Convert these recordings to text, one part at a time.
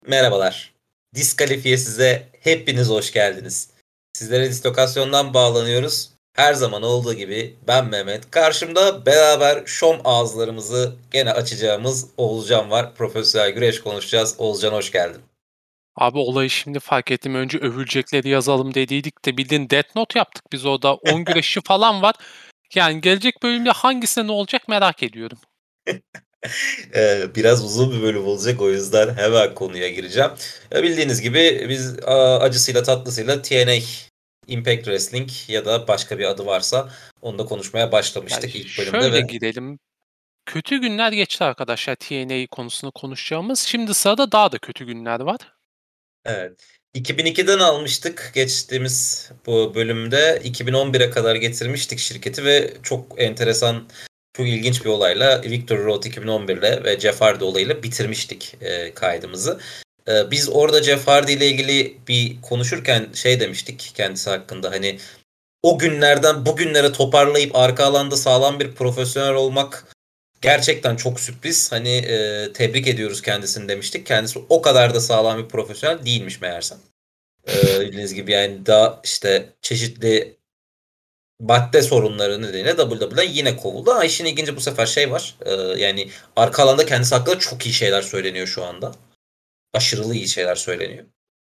Merhabalar. Diskalifiye size hepiniz hoş geldiniz. Sizlere dislokasyondan bağlanıyoruz. Her zaman olduğu gibi ben Mehmet. Karşımda beraber şom ağızlarımızı gene açacağımız Oğulcan var. Profesyonel güreş konuşacağız. Oğulcan hoş geldin. Abi olayı şimdi fark ettim. Önce övülecekleri yazalım dediydik de bildiğin Death Note yaptık biz orada. 10 güreşçi falan var. Yani gelecek bölümde hangisine ne olacak merak ediyorum. Biraz uzun bir bölüm olacak, o yüzden hemen konuya gireceğim. Bildiğiniz gibi biz acısıyla tatlısıyla TNA Impact Wrestling ya da başka bir adı varsa onu da konuşmaya Yani başlamıştık ilk bölümde şöyle ve gidelim. Kötü günler geçti arkadaşlar, TNA konusunu konuşacağımız. Şimdi sırada daha da kötü günler var. evet. 2002'den almıştık geçtiğimiz bu bölümde. 2011'e kadar getirmiştik şirketi ve çok enteresan, çok ilginç bir olayla Victory Road 2011'le ve Jeff Hardy olayıyla bitirmiştik kaydımızı. Biz orada Jeff Hardy ile ilgili bir konuşurken şey demiştik kendisi hakkında, hani o günlerden bugünlere toparlayıp arka alanda sağlam bir profesyonel olmak gerçekten çok sürpriz. Hani tebrik ediyoruz kendisini demiştik. Kendisi o kadar da sağlam bir profesyonel değilmiş meğersem. Bildiğiniz gibi yani daha işte çeşitli madde sorunları nedeniyle WWE'den yine kovuldu. Ama işin ilginci bu sefer şey var. Yani arka alanda kendisi hakkında çok iyi şeyler söyleniyor şu anda. Aşırılı iyi şeyler söyleniyor.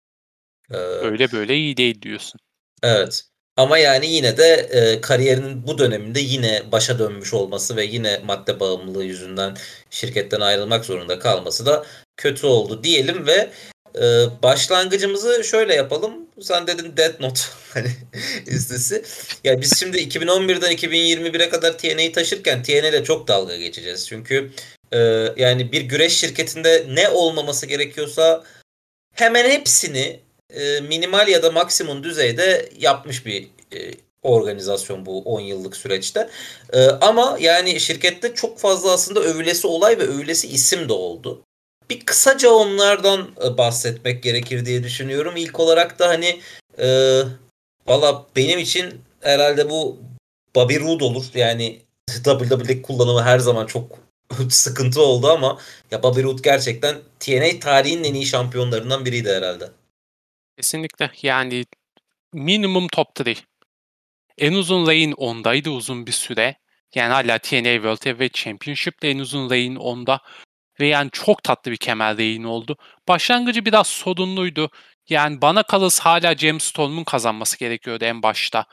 Ee, Öyle böyle iyi değil diyorsun. Evet. Ama yani yine de kariyerinin bu döneminde yine başa dönmüş olması ve yine madde bağımlılığı yüzünden şirketten ayrılmak zorunda kalması da kötü oldu diyelim ve başlangıcımızı şöyle yapalım. Sen dedin Death Note hani listesi. Ya biz şimdi 2011'den 2021'e kadar TNA'yı taşırken TNA ile çok dalga geçeceğiz. Çünkü e, yani bir güreş şirketinde ne olmaması gerekiyorsa hemen hepsini minimal ya da maksimum düzeyde yapmış bir organizasyon bu 10 yıllık süreçte. Ama yani şirkette çok fazla aslında övülesi olay ve övülesi isim de oldu. Bir kısaca onlardan bahsetmek gerekir diye düşünüyorum. İlk olarak da hani e, valla benim için herhalde bu Bobby Roode olur. Yani WWE kullanımı her zaman çok sıkıntı oldu ama ya Bobby Roode gerçekten TNA tarihinin en iyi şampiyonlarından biriydi herhalde. Kesinlikle yani minimum top 3. En uzun reign ondaydı uzun bir süre. Yani hala TNA World Heavyweight Championship'te en uzun reign onda. Ve yani çok tatlı bir kemer reign oldu. Başlangıcı biraz sorunluydu. Yani bana kalırsa hala James Storm'un kazanması gerekiyordu en başta.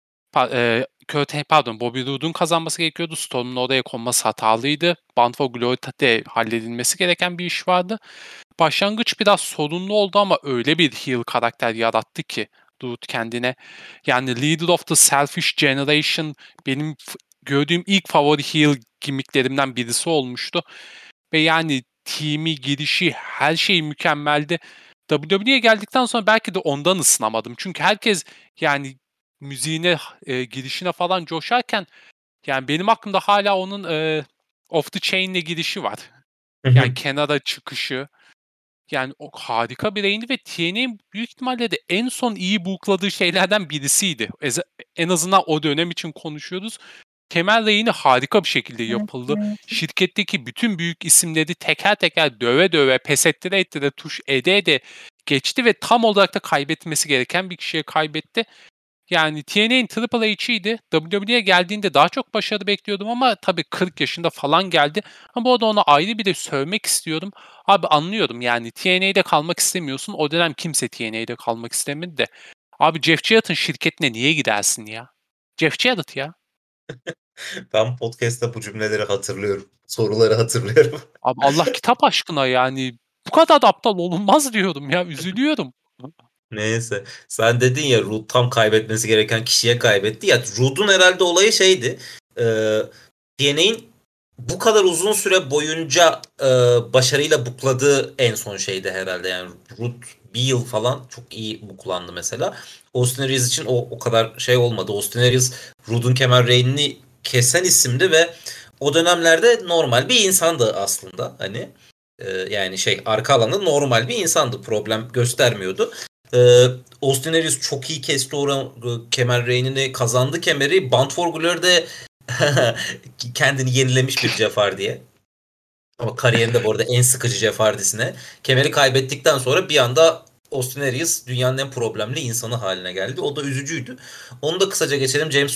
Bobby Roode'un kazanması gerekiyordu. Storm'un oraya konması hatalıydı. Bound for Glory'de halledilmesi gereken bir iş vardı. Başlangıç biraz sorunlu oldu ama öyle bir heel karakter yarattı ki Roode kendine. Yani Leader of the Selfish Generation benim gördüğüm ilk favori heel gimmicklerimden birisi olmuştu. Ve yani team'i, girişi, her şeyi mükemmeldi. WWE'ye geldikten sonra belki de ondan ısınamadım. Çünkü herkes yani müziğine, girişine falan coşarken yani benim aklımda hala onun Off the Chain'le girişi var. Yani kenara çıkışı. Yani o harika bir reyindi ve TNA'nin büyük ihtimalle de en son iyi bookladığı şeylerden birisiydi. En azından o dönem için konuşuyoruz. Kemal reyini harika bir şekilde yapıldı. Şirketteki bütün büyük isimleri teker teker döve döve, pes ettire ettire, tuş ede ede geçti ve tam olarak da kaybetmesi gereken bir kişiye kaybetti. Yani TNA'nin Triple H'iydi. WWE'ye geldiğinde daha çok başarı bekliyordum ama tabii 40 yaşında falan geldi. Ama bu arada ona ayrı bir de sövmek istiyorum. Abi anlıyorum yani TNA'de kalmak istemiyorsun. O dönem kimse TNA'de kalmak istemedi de. Abi Jeff Jarrett'ın şirketine niye gidersin ya? Jeff Jarrett ya. Ben podcast'ta bu cümleleri hatırlıyorum. Soruları hatırlıyorum. Abi Allah kitap aşkına yani bu kadar da aptal olunmaz diyorum ya. Üzülüyorum. Neyse. Sen dedin ya Ruud tam kaybetmesi gereken kişiye kaybetti. Ya Ruud'un herhalde olayı şeydi. E, DNA'in bu kadar uzun süre boyunca başarıyla bukladığı en son şeydi herhalde. Yani Ruud bir yıl falan çok iyi buklandı mesela. Austin Aries için o kadar şey olmadı. Austin Aries Ruud'un kemer reynini kesen isimdi ve o dönemlerde normal bir insandı aslında. Hani yani şey arka alanda normal bir insandı. Problem göstermiyordu. Ee, Austin Aries çok iyi kesti kemer reynini, kazandı kemeri. Bound for Glory'de kendini yenilemiş bir Jafar diye. Ama kariyerinde bu arada en sıkıcı Jeff Hardy'sine. Kemeri kaybettikten sonra bir anda Austin Aries dünyanın en problemli insanı haline geldi. O da üzücüydü. Onu da kısaca geçelim. James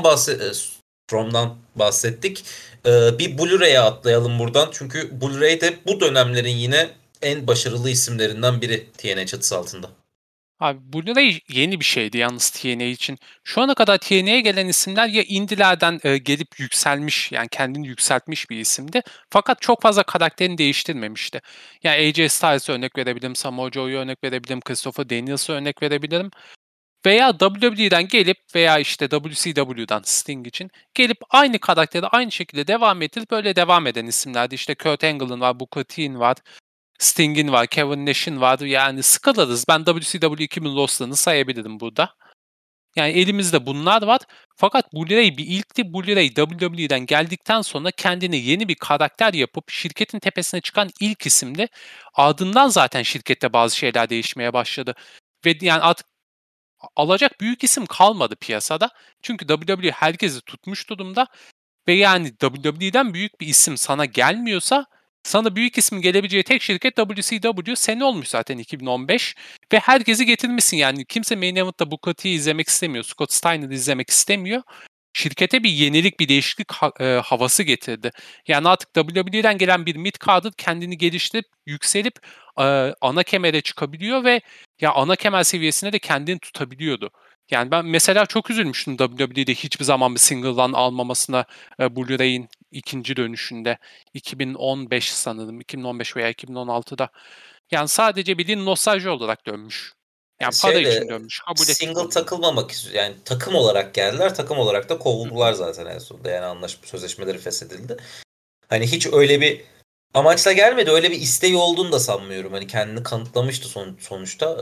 Storm'dan bahsettik. Bir Blu-ray'e atlayalım buradan. Çünkü Blu-ray de bu dönemlerin yine en başarılı isimlerinden biri TNA çatısı altında. Abi Blu-ray yeni bir şeydi yalnız TNA için. Şu ana kadar TNA'ye gelen isimler ya indilerden gelip yükselmiş, yani kendini yükseltmiş bir isimdi. Fakat çok fazla karakterini değiştirmemişti. Yani AJ Styles'a örnek verebilirim, Samoa Joe'ya örnek verebilirim, Christopher Daniels'a örnek verebilirim. Veya WWE'den gelip veya işte WCW'dan Sting için gelip aynı karakteri aynı şekilde devam ettirip böyle devam eden isimlerdi. İşte Kurt Angle'ın var, Booker T'in var, Sting'in var, Kevin Nash'in var. Yani sıkılırız. Ben WCW 2000 Lost'larını sayabilirim burada. Yani elimizde bunlar var. Fakat Blu-ray bir ilkti. Blu-ray WWE'den geldikten sonra kendine yeni bir karakter yapıp şirketin tepesine çıkan ilk isimdi. Ardından zaten şirkette bazı şeyler değişmeye başladı. Ve yani artık alacak büyük isim kalmadı piyasada. Çünkü WWE herkesi tutmuş durumda. Ve yani WWE'den büyük bir isim sana gelmiyorsa sana büyük isim gelebileceği tek şirket WCW. Sene olmuş zaten 2015 ve herkesi getirmişsin, yani kimse Main Event'ta Booker T'yi izlemek istemiyor. Scott Steiner'ı izlemek istemiyor. Şirkete bir yenilik, bir değişiklik havası getirdi. Yani artık WWE'den gelen bir mid-card'ı kendini geliştirip, yükselip ana kemere çıkabiliyor ve ya ana kemer seviyesine de kendini tutabiliyordu. Yani ben mesela çok üzülmüştüm WWE'de hiçbir zaman bir single'dan almamasına Blu-ray'in ikinci dönüşünde 2015 sanırım, 2015 veya 2016'da. Yani sadece bildiğin nostalji olarak dönmüş. Yani para için Şöyle dönmüş. Kabul ettik single onu da. takılmamak istiyor. Yani takım olarak geldiler. Takım olarak da kovuldular zaten en sonunda. Yani anlaşma sözleşmeleri feshedildi. Hani hiç öyle bir amaçla gelmedi. Öyle bir isteği olduğunu da sanmıyorum. Hani kendini kanıtlamıştı sonuçta.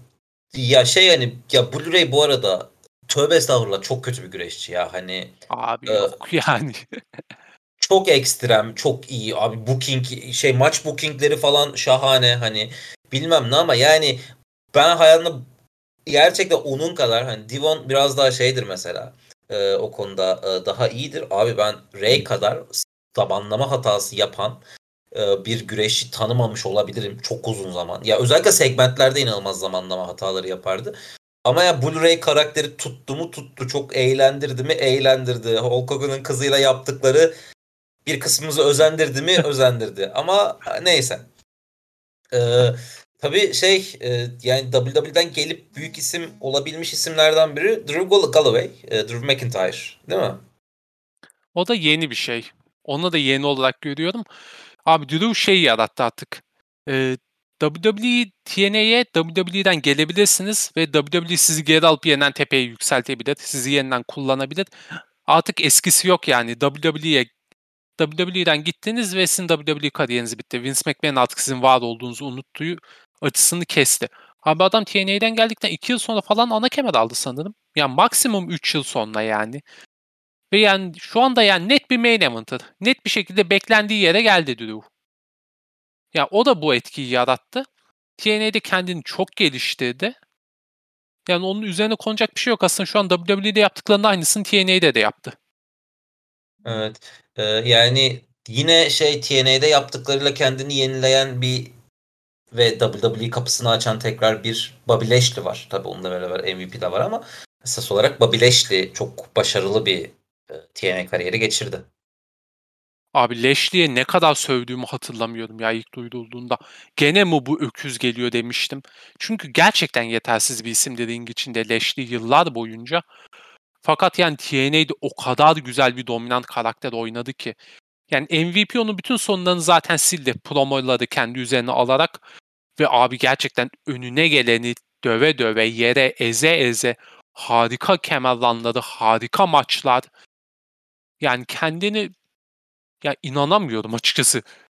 Ya şey hani ya Blu-ray bu arada tövbe estağfurullah çok kötü bir güreşçi ya. Hani Abi e, yok yani. çok ekstrem, çok iyi. Abi maç bookingleri falan şahane. Hani bilmem ne ama yani ben hayatımda gerçekten onun kadar hani Devon biraz daha şeydir mesela. O konuda daha iyidir. Abi ben Ray kadar zamanlama hatası yapan bir güreşçi tanımamış olabilirim çok uzun zaman. Ya özellikle segmentlerde inanılmaz zamanlama hataları yapardı. Ama ya Blu-ray karakteri tuttu mu tuttu. Çok eğlendirdi mi eğlendirdi. Hulk Hogan'ın kızıyla yaptıkları bir kısmımızı özendirdi mi özendirdi. Ama neyse. Ee, tabii yani WWE'den gelip büyük isim olabilmiş isimlerden biri Galloway, Drew McIntyre, değil mi? O da yeni bir şey. Onu da yeni olarak görüyorum. Abi Drew şey yarattı artık. WWE TNA'ye WWE'den gelebilirsiniz ve WWE sizi geri alıp yeniden tepeye yükseltebilir. Sizi yeniden kullanabilir. Artık eskisi yok yani. WWE'den gittiniz ve sizin WWE kariyeriniz bitti. Vince McMahon artık sizin var olduğunuzu unuttuğu açısını kesti. Abi adam TNA'den geldikten 2 yıl sonra falan ana kemer aldı sanırım. Yani maksimum 3 yıl sonra yani. Ve yani şu anda yani net bir main eventer. Net bir şekilde beklendiği yere geldi Drew. Ya o da bu etkiyi yarattı. TNA'de kendini çok geliştirdi. Yani onun üzerine konacak bir şey yok. Aslında şu an WWE'de yaptıklarının aynısını TNA'de de yaptı. Evet. Yani yine TNA'de yaptıklarıyla kendini yenileyen bir ve WWE kapısını açan tekrar bir Bobby Lashley var. Tabii onunla beraber MVP de var ama esas olarak Bobby Lashley çok başarılı bir TNA kariyeri geçirdi. Abi Lashley'e ne kadar sövdüğümü hatırlamıyorum ya ilk duyulduğunda. Gene mi bu öküz geliyor demiştim. Çünkü gerçekten yetersiz bir isimdi ring içinde Lashley yıllar boyunca. Fakat yani TNA'de o kadar güzel bir dominant karakter oynadı ki. Yani MVP onun bütün sonlarını zaten sildi. Promoları kendi üzerine alarak ve abi gerçekten önüne geleni döve döve yere eze eze harika kemerlanları, harika maçlar. Yani kendini ya inanamıyorum açıkçası.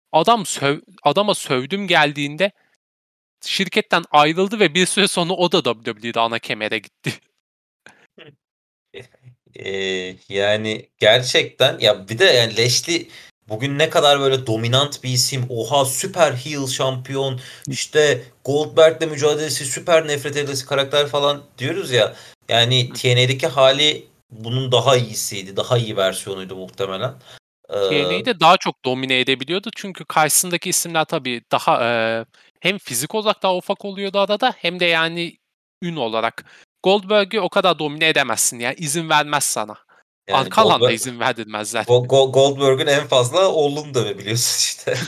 Adama sövdüm geldiğinde şirketten ayrıldı ve bir süre sonra o da WWE'de ana kemere gitti. Yani gerçekten ya bir de yani Lashley bugün ne kadar böyle dominant bir isim. Oha süper heel şampiyon. İşte Goldberg'le mücadelesi süper nefret edilesi karakter falan diyoruz ya. Yani TNA'deki hali bunun daha iyisiydi. Daha iyi versiyonuydu muhtemelen. Ee, TNA'yi de daha çok domine edebiliyordu. Çünkü karşısındaki isimler tabii daha hem fizik olarak daha ufak oluyordu arada hem de yani ün olarak. Goldberg'i o kadar domine edemezsin ya. İzin vermez sana. yani Arka alanda izin verdirmezler. Goldberg'ün en fazla oğlunu dövebiliyorsun işte.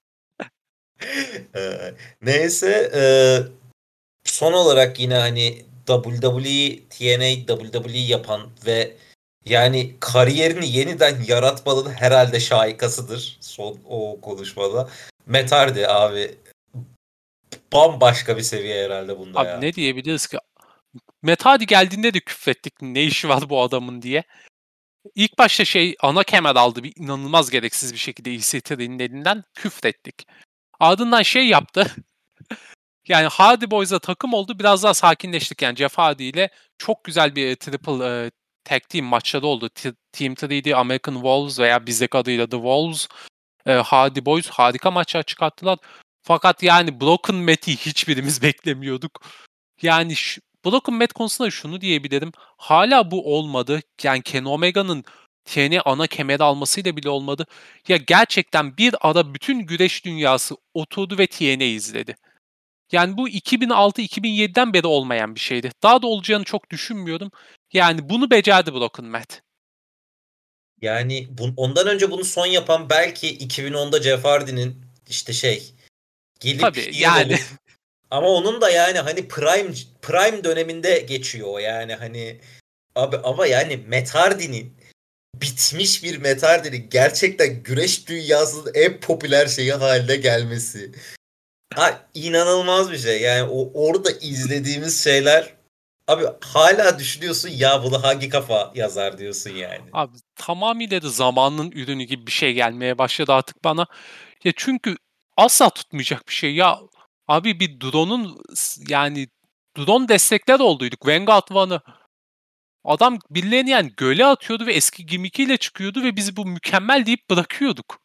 Neyse, son olarak yine hani WWE, TNA, WWE yapan ve yani kariyerini yeniden yaratmanın herhalde şahikasıdır son o konuşmada. Matt Hardy abi, bambaşka bir seviye herhalde bunda Abi ya. ne diyebiliriz ki? Matt Hardy geldiğinde de küfrettik ne işi var bu adamın diye. İlk başta ana kemer aldı bir inanılmaz gereksiz bir şekilde EC3'nin elinden küfrettik. Ardından yaptı. Yani Hardy Boys'a takım oldu. Biraz daha sakinleştik yani Jeff Hardy ile çok güzel bir triple tag team maçları oldu. Team 3D American Wolves veya bizdeki adıyla The Wolves. Hardy Boys harika maçlar çıkarttılar. Fakat yani Broken Matt'i hiçbirimiz beklemiyorduk. Yani Broken Matt konusunda şunu diyebilirim. Hala bu olmadı. Yani Kenny Omega'nın TNA ana kemeri almasıyla bile olmadı. Ya gerçekten bir ara bütün güreş dünyası oturdu ve TNA izledi. Yani bu 2006-2007'den beri olmayan bir şeydi. Daha da olacağını çok düşünmüyordum. Yani bunu becerdi Broken Matt. Yani ondan önce bunu son yapan belki 2010'da Jeff Hardy'nin işte gelip Tabii heel yani olup, ama onun da yani hani prime döneminde geçiyor o, yani hani abi, ama yani Matt Hardy'nin, bitmiş bir Matt Hardy'nin gerçekten güreş dünyasının en popüler şeyi haline gelmesi. Ha, inanılmaz bir şey. Yani orada izlediğimiz şeyler, abi hala düşünüyorsun ya, bunu hangi kafa yazar diyorsun yani. abi tamamıyla da zamanın ürünü gibi bir şey gelmeye başladı artık bana. Ya çünkü asla tutmayacak bir şey. Ya abi bir yani drone destekler olduyduk. Vanguard One'ı. Adam birilerini yani göle atıyordu ve eski gimikiyle çıkıyordu ve biz bu mükemmel deyip bırakıyorduk.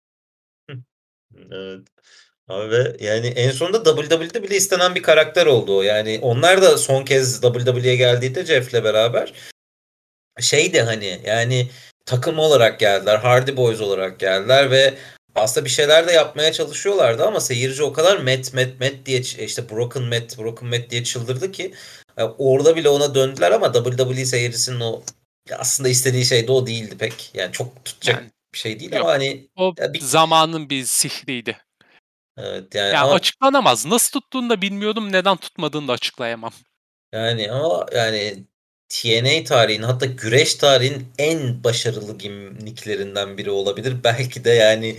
Evet. Abi ve yani en sonunda WWE'de bile istenen bir karakter oldu o. Yani onlar da son kez WWE'ye geldiğinde Jeff'le beraber hani yani takım olarak geldiler. Hardy Boys olarak geldiler ve aslında bir şeyler de yapmaya çalışıyorlardı ama seyirci o kadar Matt diye işte Broken Matt diye çıldırdı ki orada bile ona döndüler, ama WWE seyircisinin o aslında istediği şey de o değildi pek. Yani çok tutacak Yani bir şey değil ama yok. hani O ya zamanın bir sihriydi. evet yani, Yani ama açıklanamaz. Nasıl tuttuğunu da bilmiyorum. Neden tutmadığını da açıklayamam. yani TNA tarihin, hatta güreş tarihin en başarılı gimnicklerinden biri olabilir. Belki de yani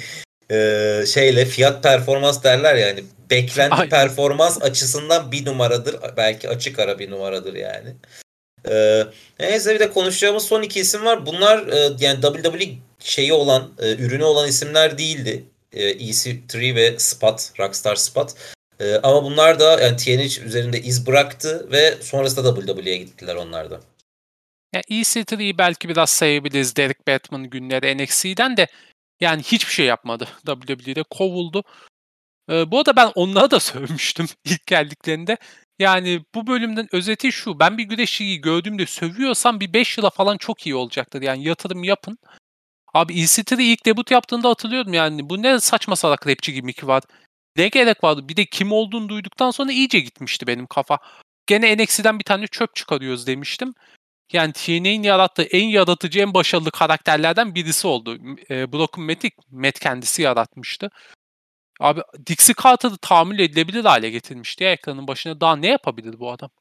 fiyat performans derler yani. Beklenti Aynen. performans açısından bir numaradır. Belki açık ara bir numaradır yani. E, Neyse, bir de konuşacağımız son iki isim var. Bunlar yani WWE ürünü olan isimler değildi. EC3 ve Rockstar Spot. Ama bunlar da yani TNA üzerinde iz bıraktı ve sonrasında WWE'ye gittiler onlar da. Ya EC3'yi belki biraz sayabiliriz. Derek Batman günleri NXT'den de yani hiçbir şey yapmadı. WWE'de kovuldu. Bu arada ben onlara da sövmüştüm ilk geldiklerinde. Yani bu bölümden özeti şu. Ben bir güreşçiyi gördüğümde sövüyorsam bir 5 yıla falan çok iyi olacaktır. Yani yatırım yapın. Abi EC3 ilk debut yaptığında hatırlıyorum yani. Bu ne saçma salak rapçi gimmick'i var. Ne gerek vardı? Bir de kim olduğunu duyduktan sonra iyice gitmişti benim kafa. Gene NXT'den bir tane çöp çıkarıyoruz demiştim. Yani TNA'nin yarattığı en yaratıcı, en başarılı karakterlerden birisi oldu. Broken Matt kendisi yaratmıştı. Abi Dixie Carter'ı tahammül edilebilir hale getirmişti ya ekranın başına. Daha ne yapabilir bu adam?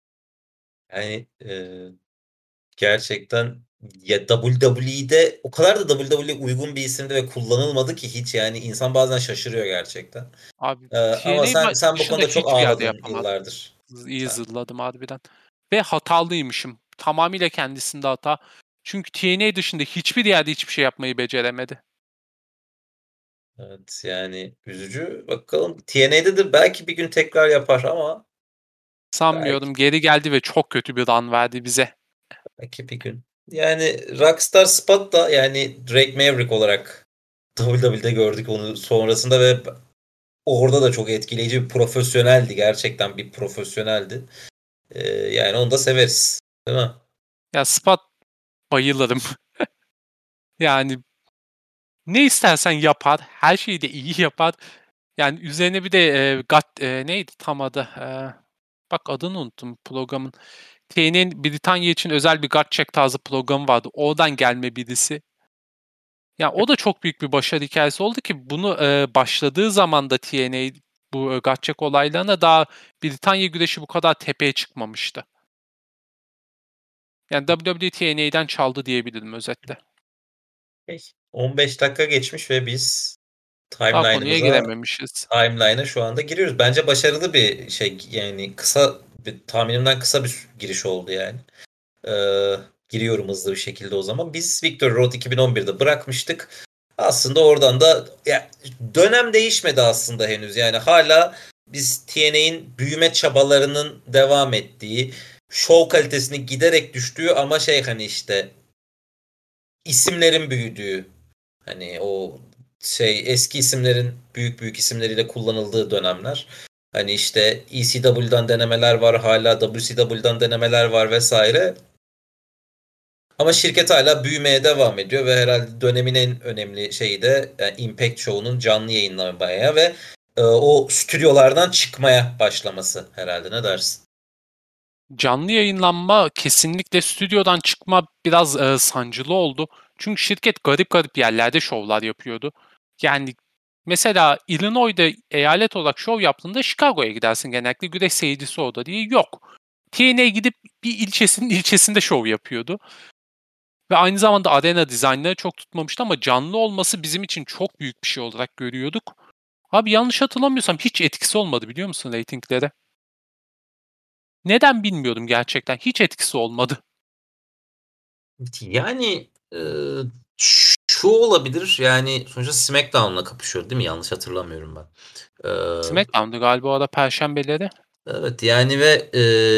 Yani gerçekten ya, WWE'de o kadar da WWE uygun bir isimdi ve kullanılmadı ki hiç, yani insan bazen şaşırıyor gerçekten. Abi Ama TNA sen bu dışında konuda çok hiçbir yerde ağladın yapamadı. yıllardır. İyi Sen. zırladım harbiden. Ve hatalıymışım. Tamamıyla kendisinde hata. Çünkü TNA dışında hiçbir yerde hiçbir şey yapmayı beceremedi. Evet, yani üzücü. Bakalım, TNA'de de belki bir gün tekrar yapar ama belki Sanmıyorum. Geri geldi ve çok kötü bir run verdi bize. belki bir gün. Yani Rockstar Spot da yani Drake Maverick olarak WWE'de gördük onu sonrasında ve orada da çok etkileyici bir profesyoneldi. Gerçekten bir profesyoneldi. Yani onu da severiz. Değil mi? Ya Spot bayılırım. Yani ne istersen yapar. Her şeyi de iyi yapar. Yani üzerine bir de neydi tam adı? Bak adını unuttum programın. TN'nin Britanya için özel bir gut check tarzı programı vardı. Oradan gelme birisi. Ya o da çok büyük bir başarı hikayesi oldu ki bunu başladığı zaman da TNA bu gut check olaylarına daha Britanya güreşi bu kadar tepeye çıkmamıştı. Yani WWE TNA'den çaldı diyebilirim özetle. 15 dakika geçmiş ve biz Daha konuya timeline'ımıza girememişiz. timeline'a şu anda giriyoruz. Bence başarılı bir şey, yani tahminimden kısa bir giriş oldu yani. Giriyorum hızlı bir şekilde o zaman. Biz Victory Road 2011'de bırakmıştık. Aslında oradan da ya, dönem değişmedi aslında henüz. Yani hala biz TNA'in büyüme çabalarının devam ettiği, show kalitesinin giderek düştüğü ama hani işte isimlerin büyüdüğü, hani o eski isimlerin büyük büyük isimleriyle kullanıldığı dönemler. Hani işte ECW'dan denemeler var, hala WCW'dan denemeler var vesaire. Ama şirket hala büyümeye devam ediyor ve herhalde dönemin en önemli şeyi de Impact Show'un canlı yayınlanmaya ve o stüdyolardan çıkmaya başlaması herhalde, ne dersin? Canlı yayınlanma kesinlikle stüdyodan çıkma biraz sancılı oldu. Çünkü şirket garip garip yerlerde şovlar yapıyordu. Yani mesela Illinois'da eyalet olarak şov yaptığında Chicago'ya gidersin genellikle güreş seyircisi orada diye yok. TNA gidip bir ilçesinin ilçesinde şov yapıyordu. Ve aynı zamanda arena dizaynları çok tutmamıştı ama canlı olması bizim için çok büyük bir şey olarak görüyorduk. Abi yanlış hatırlamıyorsam hiç etkisi olmadı biliyor musun reytinglere? Neden bilmiyorum gerçekten. Hiç etkisi olmadı. Yani şu olabilir, yani sonuçta SmackDown'la kapışıyor değil mi? Yanlış hatırlamıyorum ben. E, SmackDown'da galiba o da perşembeleri. evet yani ve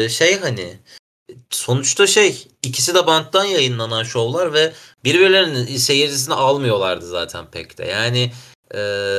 hani sonuçta ikisi de banttan yayınlanan şovlar ve birbirlerinin seyircisini almıyorlardı zaten pek de. Yani e,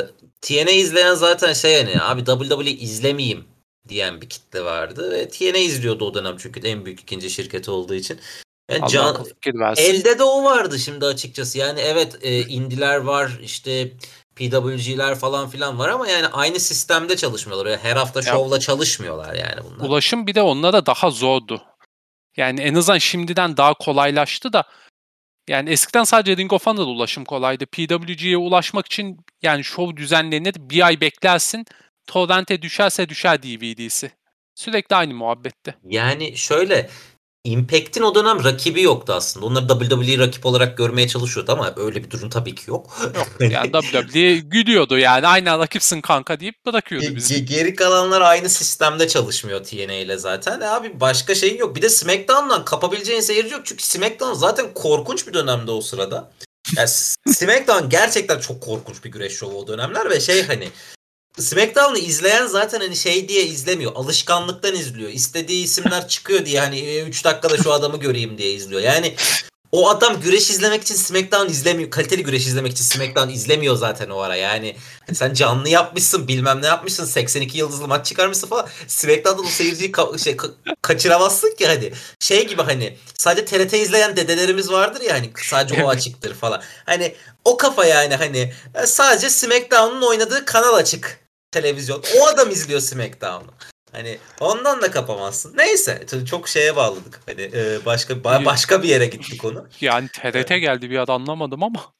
TNA izleyen zaten hani abi WWE izlemeyeyim diyen bir kitle vardı ve TNA izliyordu o dönem çünkü en büyük ikinci şirketi olduğu için. Yani Allah akıl fikir versin. elde de o vardı şimdi açıkçası. Yani evet, indiler var, işte PWG'ler falan filan var ama yani aynı sistemde çalışmıyorlar. Öyle her hafta Ya şovla çalışmıyorlar yani bunlar. ulaşım bir de onlara daha zordu. Yani en azından şimdiden daha kolaylaştı da yani eskiden sadece Ring of Honor'da ulaşım kolaydı. PWG'ye ulaşmak için yani şov düzenlenir, bir ay beklersin. Torrent'e düşerse düşer DVD'si. Sürekli aynı muhabbetti. Yani şöyle, Impact'in o dönem rakibi yoktu aslında. Onlar WWE rakip olarak görmeye çalışıyordu ama öyle bir durum tabii ki yok. Yoktu yani WWE gülüyordu yani aynen rakipsin kanka deyip bırakıyordu bizi. Geri kalanlar aynı sistemde çalışmıyor TNA ile zaten. Abi başka şeyin yok. Bir de SmackDown'dan kapabileceğin seyirci yok. Çünkü SmackDown zaten korkunç bir dönemde o sırada. Yani SmackDown gerçekten çok korkunç bir güreş şovu o dönemler ve hani SmackDown'u izleyen zaten hani diye izlemiyor. Alışkanlıktan izliyor. İstediği isimler çıkıyor diye hani 3 dakikada şu adamı göreyim diye izliyor. Yani o adam güreş izlemek için SmackDown izlemiyor. Kaliteli güreş izlemek için SmackDown izlemiyor zaten o ara. Yani sen canlı yapmışsın, bilmem ne yapmışsın, 82 yıldızlı maç çıkarmışsın falan. SmackDown'da o seyirciyi kaçıramazsın ki hani. Gibi hani sadece TRT izleyen dedelerimiz vardır ya hani, sadece o Evet. açıktır falan. Hani o kafa yani, hani sadece SmackDown'un oynadığı kanal açık televizyon. O adam izliyor SmackDown'u. Hani ondan da kapamazsın. Neyse, çok şeye bağladık. Hani başka bir yere gitti konu. Yani TRT geldi bir an anlamadım ama.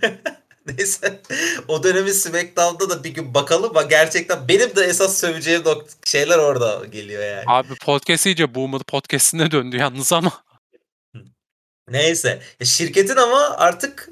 Neyse. O dönemin SmackDown'da da bir gün bakalım. Bak gerçekten benim de esas söveceğim şeyler orada geliyor yani. Abi podcast iyice Boomer podcastine döndü yalnız ama. Neyse. Şirketin ama artık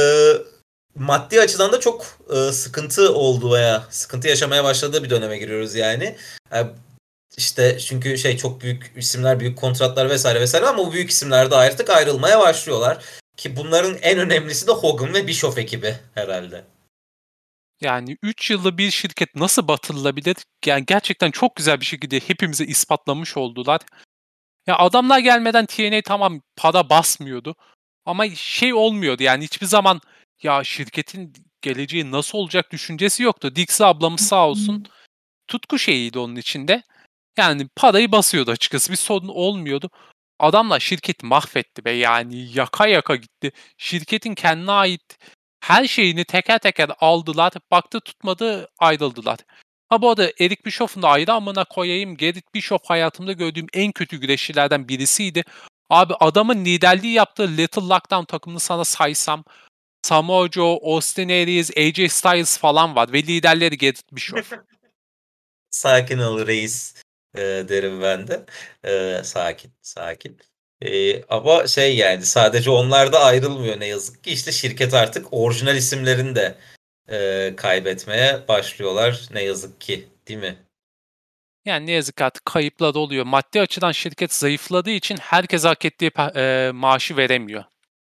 maddi açıdan da çok sıkıntı olduğu veya sıkıntı yaşamaya başladığı bir döneme giriyoruz yani. İşte çünkü çok büyük isimler, büyük kontratlar vesaire vesaire ama bu büyük isimler de artık ayrılmaya başlıyorlar. Ki bunların en önemlisi de Hogan ve Bischoff ekibi herhalde. Yani 3 yılda bir şirket nasıl batırılabilir? Yani gerçekten çok güzel bir şekilde hepimize ispatlamış oldular. Ya adamlar gelmeden TNA tamam para basmıyordu. Ama olmuyordu yani hiçbir zaman ya şirketin geleceği nasıl olacak düşüncesi yoktu. Dixie ablamız sağ olsun tutku şeyiydi onun içinde. Yani parayı basıyordu açıkçası bir sorun olmuyordu. Adamlar şirketi mahvetti be yani yaka yaka gitti. Şirketin kendine ait Her şeyini teker teker aldılar. Baktı tutmadı, ayrıldılar. Ha bu arada Eric Bischoff'un da ayrı amına koyayım. Gerrit Bischoff hayatımda gördüğüm en kötü güreşçilerden birisiydi. Abi adamın liderliği yaptığı Little Lockdown takımını sana saysam Samoa Joe, Austin Aries, AJ Styles falan var ve liderleri Gerrit Bischoff. Sakin ol reis derim ben de. Sakin, sakin. Ama şey yani sadece onlar da ayrılmıyor ne yazık ki. İşte şirket artık orijinal isimlerini de kaybetmeye başlıyorlar ne yazık ki, değil mi? Yani ne yazık ki artık kayıplar oluyor. Maddi açıdan şirket zayıfladığı için herkes hak ettiği maaşı veremiyor.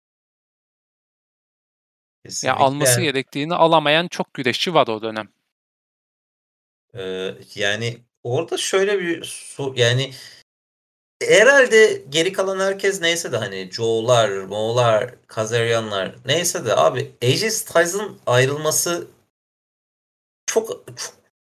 Ya Kesinlikle alması yani. gerektiğini alamayan çok güreşçi var o dönem. Yani orada şöyle bir yani herhalde geri kalan herkes neyse de hani Joe'lar, Mo'lar, Kazarianlar neyse de abi AJ Styles'ın ayrılması çok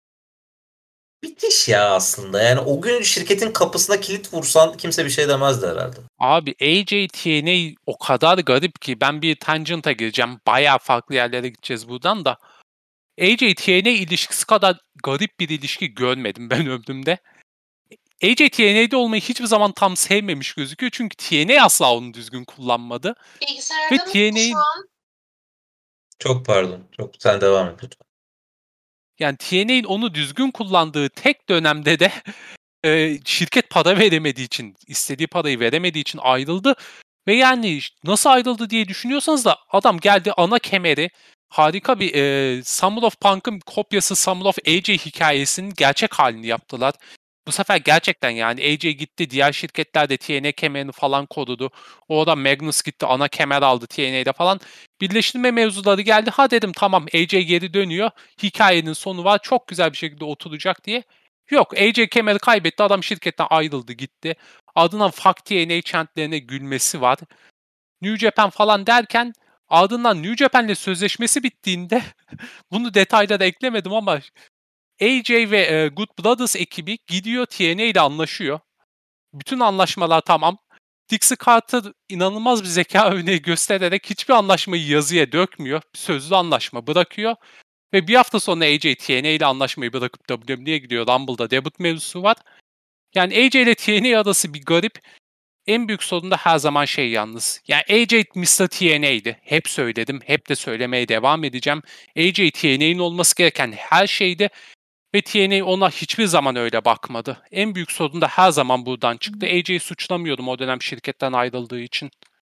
bitiş ya aslında. Yani o gün şirketin kapısına kilit vursan kimse bir şey demezdi herhalde. Abi AJ TNA o kadar garip ki ben bir tangent'a gireceğim. Bayağı farklı yerlere gideceğiz buradan da. AJ TNA ilişkisi kadar garip bir ilişki görmedim ben ömrümde. AJ TNA'de olmayı hiçbir zaman tam sevmemiş gözüküyor. Çünkü TNA asla onu düzgün kullanmadı. Ve Bilgisayarda mı şu TNA'nin an? Çok pardon. Çok sen devam et lütfen. yani TNA'nin onu düzgün kullandığı tek dönemde de şirket para veremediği için, istediği parayı veremediği için ayrıldı. Ve yani nasıl ayrıldı diye düşünüyorsanız da adam geldi ana kemeri harika bir Summer of Punk'ın kopyası Summer of AJ hikayesinin gerçek halini yaptılar. Bu sefer gerçekten yani AJ gitti diğer şirketler de TNA kemerini falan korudu. O da Magnus gitti ana kemer aldı TNA'de falan. Birleştirme mevzuları geldi. Ha dedim tamam AJ geri dönüyor. Hikayenin sonu var çok güzel bir şekilde oturacak diye. Yok AJ kemeri kaybetti adam şirketten ayrıldı gitti. Ardından Fuck TNA chantlerine gülmesi var. New Japan falan derken ardından New Japan'le sözleşmesi bittiğinde bunu detayda da eklemedim ama AJ ve Good Brothers ekibi gidiyor TNA ile anlaşıyor. Bütün anlaşmalar tamam. Dixie Carter inanılmaz bir zeka örneği göstererek hiçbir anlaşmayı yazıya dökmüyor. Sözlü anlaşma bırakıyor. Ve bir hafta sonra AJ TNA ile anlaşmayı bırakıp WWE'ye gidiyor. Rumble'da debut mevzusu var. Yani AJ ile TNA arası bir garip. En büyük sorun da her zaman şey yalnız. Yani AJ Mr. TNA'ydi. Hep söyledim. Hep de söylemeye devam edeceğim. AJ TNA'nin olması gereken her şeydi. Ve TNA ona hiçbir zaman öyle bakmadı. En büyük sorun da her zaman buradan çıktı. AJ'yi suçlamıyordum o dönem şirketten ayrıldığı için.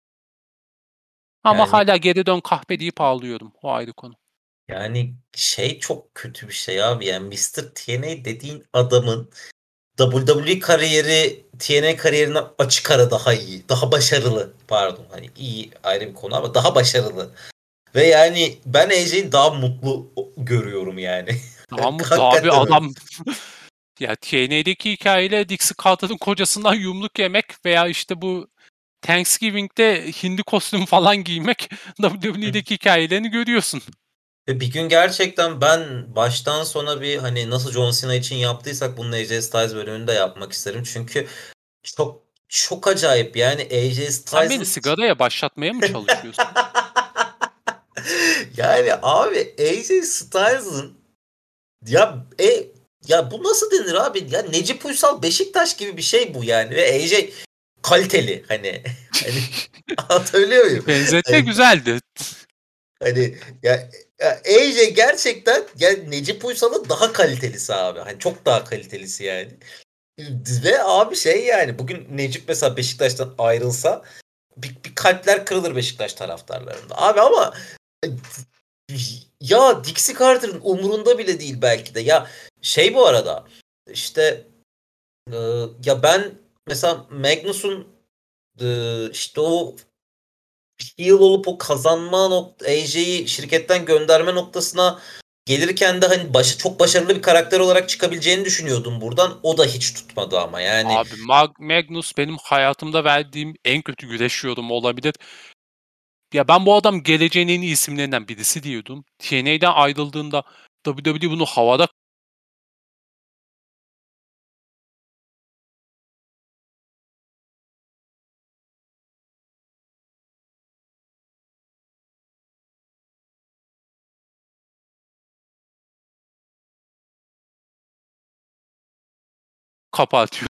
Ama Yani hala geri dön kahpe deyip ağlıyorum. O ayrı konu. yani şey çok kötü bir şey abi. Yani Mr. TNA dediğin adamın WWE kariyeri TNA kariyerinden açık ara daha iyi. Daha başarılı. Pardon. Hani iyi ayrı bir konu ama daha başarılı. Ve yani ben AJ'yi daha mutlu görüyorum yani. Daha mutlu abi Hakikaten öyle. adam. Ya TNA'deki hikayeyle Dixie Carter'ın kocasından yumruk yemek veya işte bu Thanksgiving'de hindi kostüm falan giymek WWE'deki hikayelerini görüyorsun. Ve bir gün gerçekten ben baştan sona bir hani nasıl John Cena için yaptıysak bunun AJ Styles bölümünü de yapmak isterim. Çünkü çok acayip yani AJ Sen beni Styles'ın sigaraya başlatmaya mı çalışıyorsun? yani abi AJ Styles'ın ya ya bu nasıl denir abi? Ya Necip Uysal Beşiktaş gibi bir şey bu yani ve AJ kaliteli hani hani anlatabiliyor muyum? Benzetme Hani güzeldi. Hani ya AJ gerçekten yani Necip Uysal'ın daha kalitelisi abi. Hani çok daha kalitelisi yani. Ve abi şey yani bugün Necip mesela Beşiktaş'tan ayrılsa bir kalpler kırılır Beşiktaş taraftarlarında. Abi ama e, ya Dixie Carter'ın umurunda bile değil belki de. Ya şey bu arada işte e, ya ben mesela Magnus'un işte o heel olup o kazanma AJ'yi şirketten gönderme noktasına gelirken de hani çok başarılı bir karakter olarak çıkabileceğini düşünüyordum buradan. O da hiç tutmadı ama yani Abi Magnus benim hayatımda verdiğim en kötü güreş yorumu olabilir. Ya ben bu adam geleceğin en iyi isimlerinden birisi diyordum. TNA'den ayrıldığında WWE bunu havada kapatıyordum.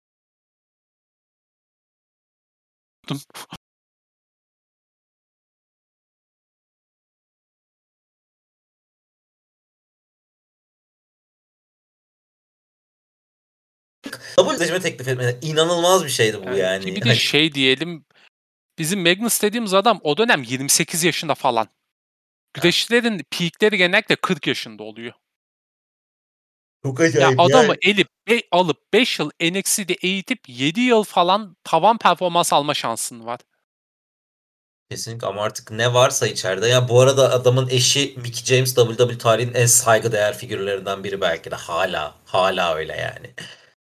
WS'me teklif etmeleri inanılmaz bir şeydi bu yani. Ki bir de şey diyelim, bizim Magnus dediğimiz adam o dönem 28 yaşında falan. Güreşçilerin peakleri genellikle 40 yaşında oluyor. Çok Ya acayip adamı yani. alıp 5 yıl NXT'de eğitip 7 yıl falan tavan performans alma şansın var. Kesinlikle ama artık ne varsa içeride. Ya bu arada adamın eşi Mickie James WWE tarihinin en saygıdeğer figürlerinden biri belki de hala öyle yani.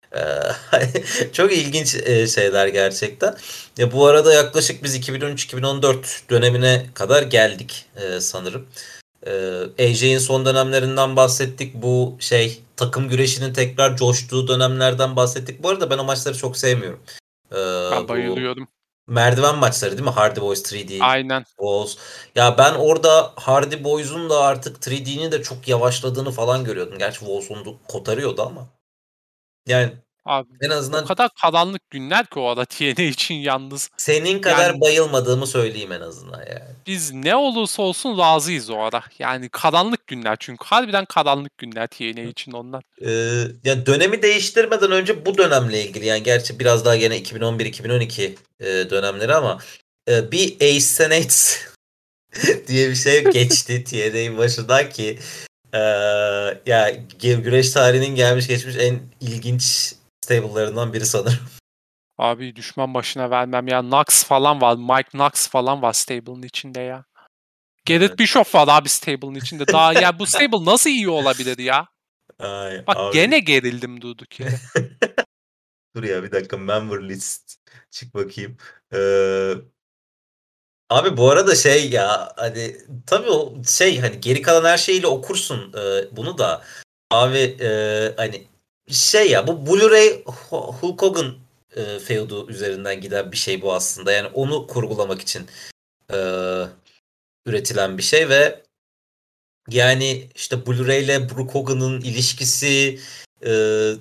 Çok ilginç şeyler gerçekten. Ya bu arada yaklaşık biz 2013-2014 dönemine kadar geldik sanırım. AJ'in son dönemlerinden bahsettik. Bu takım güreşinin tekrar coştuğu dönemlerden bahsettik. Bu arada ben o maçları çok sevmiyorum. Ben Bu bayılıyorum. merdiven maçları değil mi? Hardy Boys 3D Aynen. Boys. Ya ben orada Hardy Boys'un da artık 3D'nin de çok yavaşladığını falan görüyordum. Gerçi Wolves onu kotarıyordu ama. Yani Abi en o azından kadar karanlık günler ki o arada TNA için yalnız. senin kadar Yani bayılmadığımı söyleyeyim en azından yani. biz ne olursa olsun razıyız o ara. Yani karanlık günler çünkü. Harbiden karanlık günler TNA için onlar. Ya dönemi değiştirmeden önce bu dönemle ilgili yani gerçi biraz daha gene 2011-2012 dönemleri ama bir Ace and Eights diye bir şey geçti TNA'nin başından ki ya güreş tarihinin gelmiş geçmiş en ilginç stable'larından biri sanırım. Abi düşman başına vermem ya. Knox falan var. Mike Knox falan var stable'ın içinde ya. Garrett Evet. Bischoff var abi stable'ın içinde. Daha ya bu stable nasıl iyi olabilir ya? Ay Bak abi. gene gerildim durduk yere. Dur ya bir dakika member list çık bakayım. Ee, Abi bu arada ya hani tabii o hani geri kalan her şeyiyle okursun bunu da. Abi hani ya bu Blu-ray Hulk Hogan feudu üzerinden giden bir şey bu aslında. Yani onu kurgulamak için e, üretilen bir şey ve yani işte Blu-ray ile Brook Hogan'ın ilişkisi e,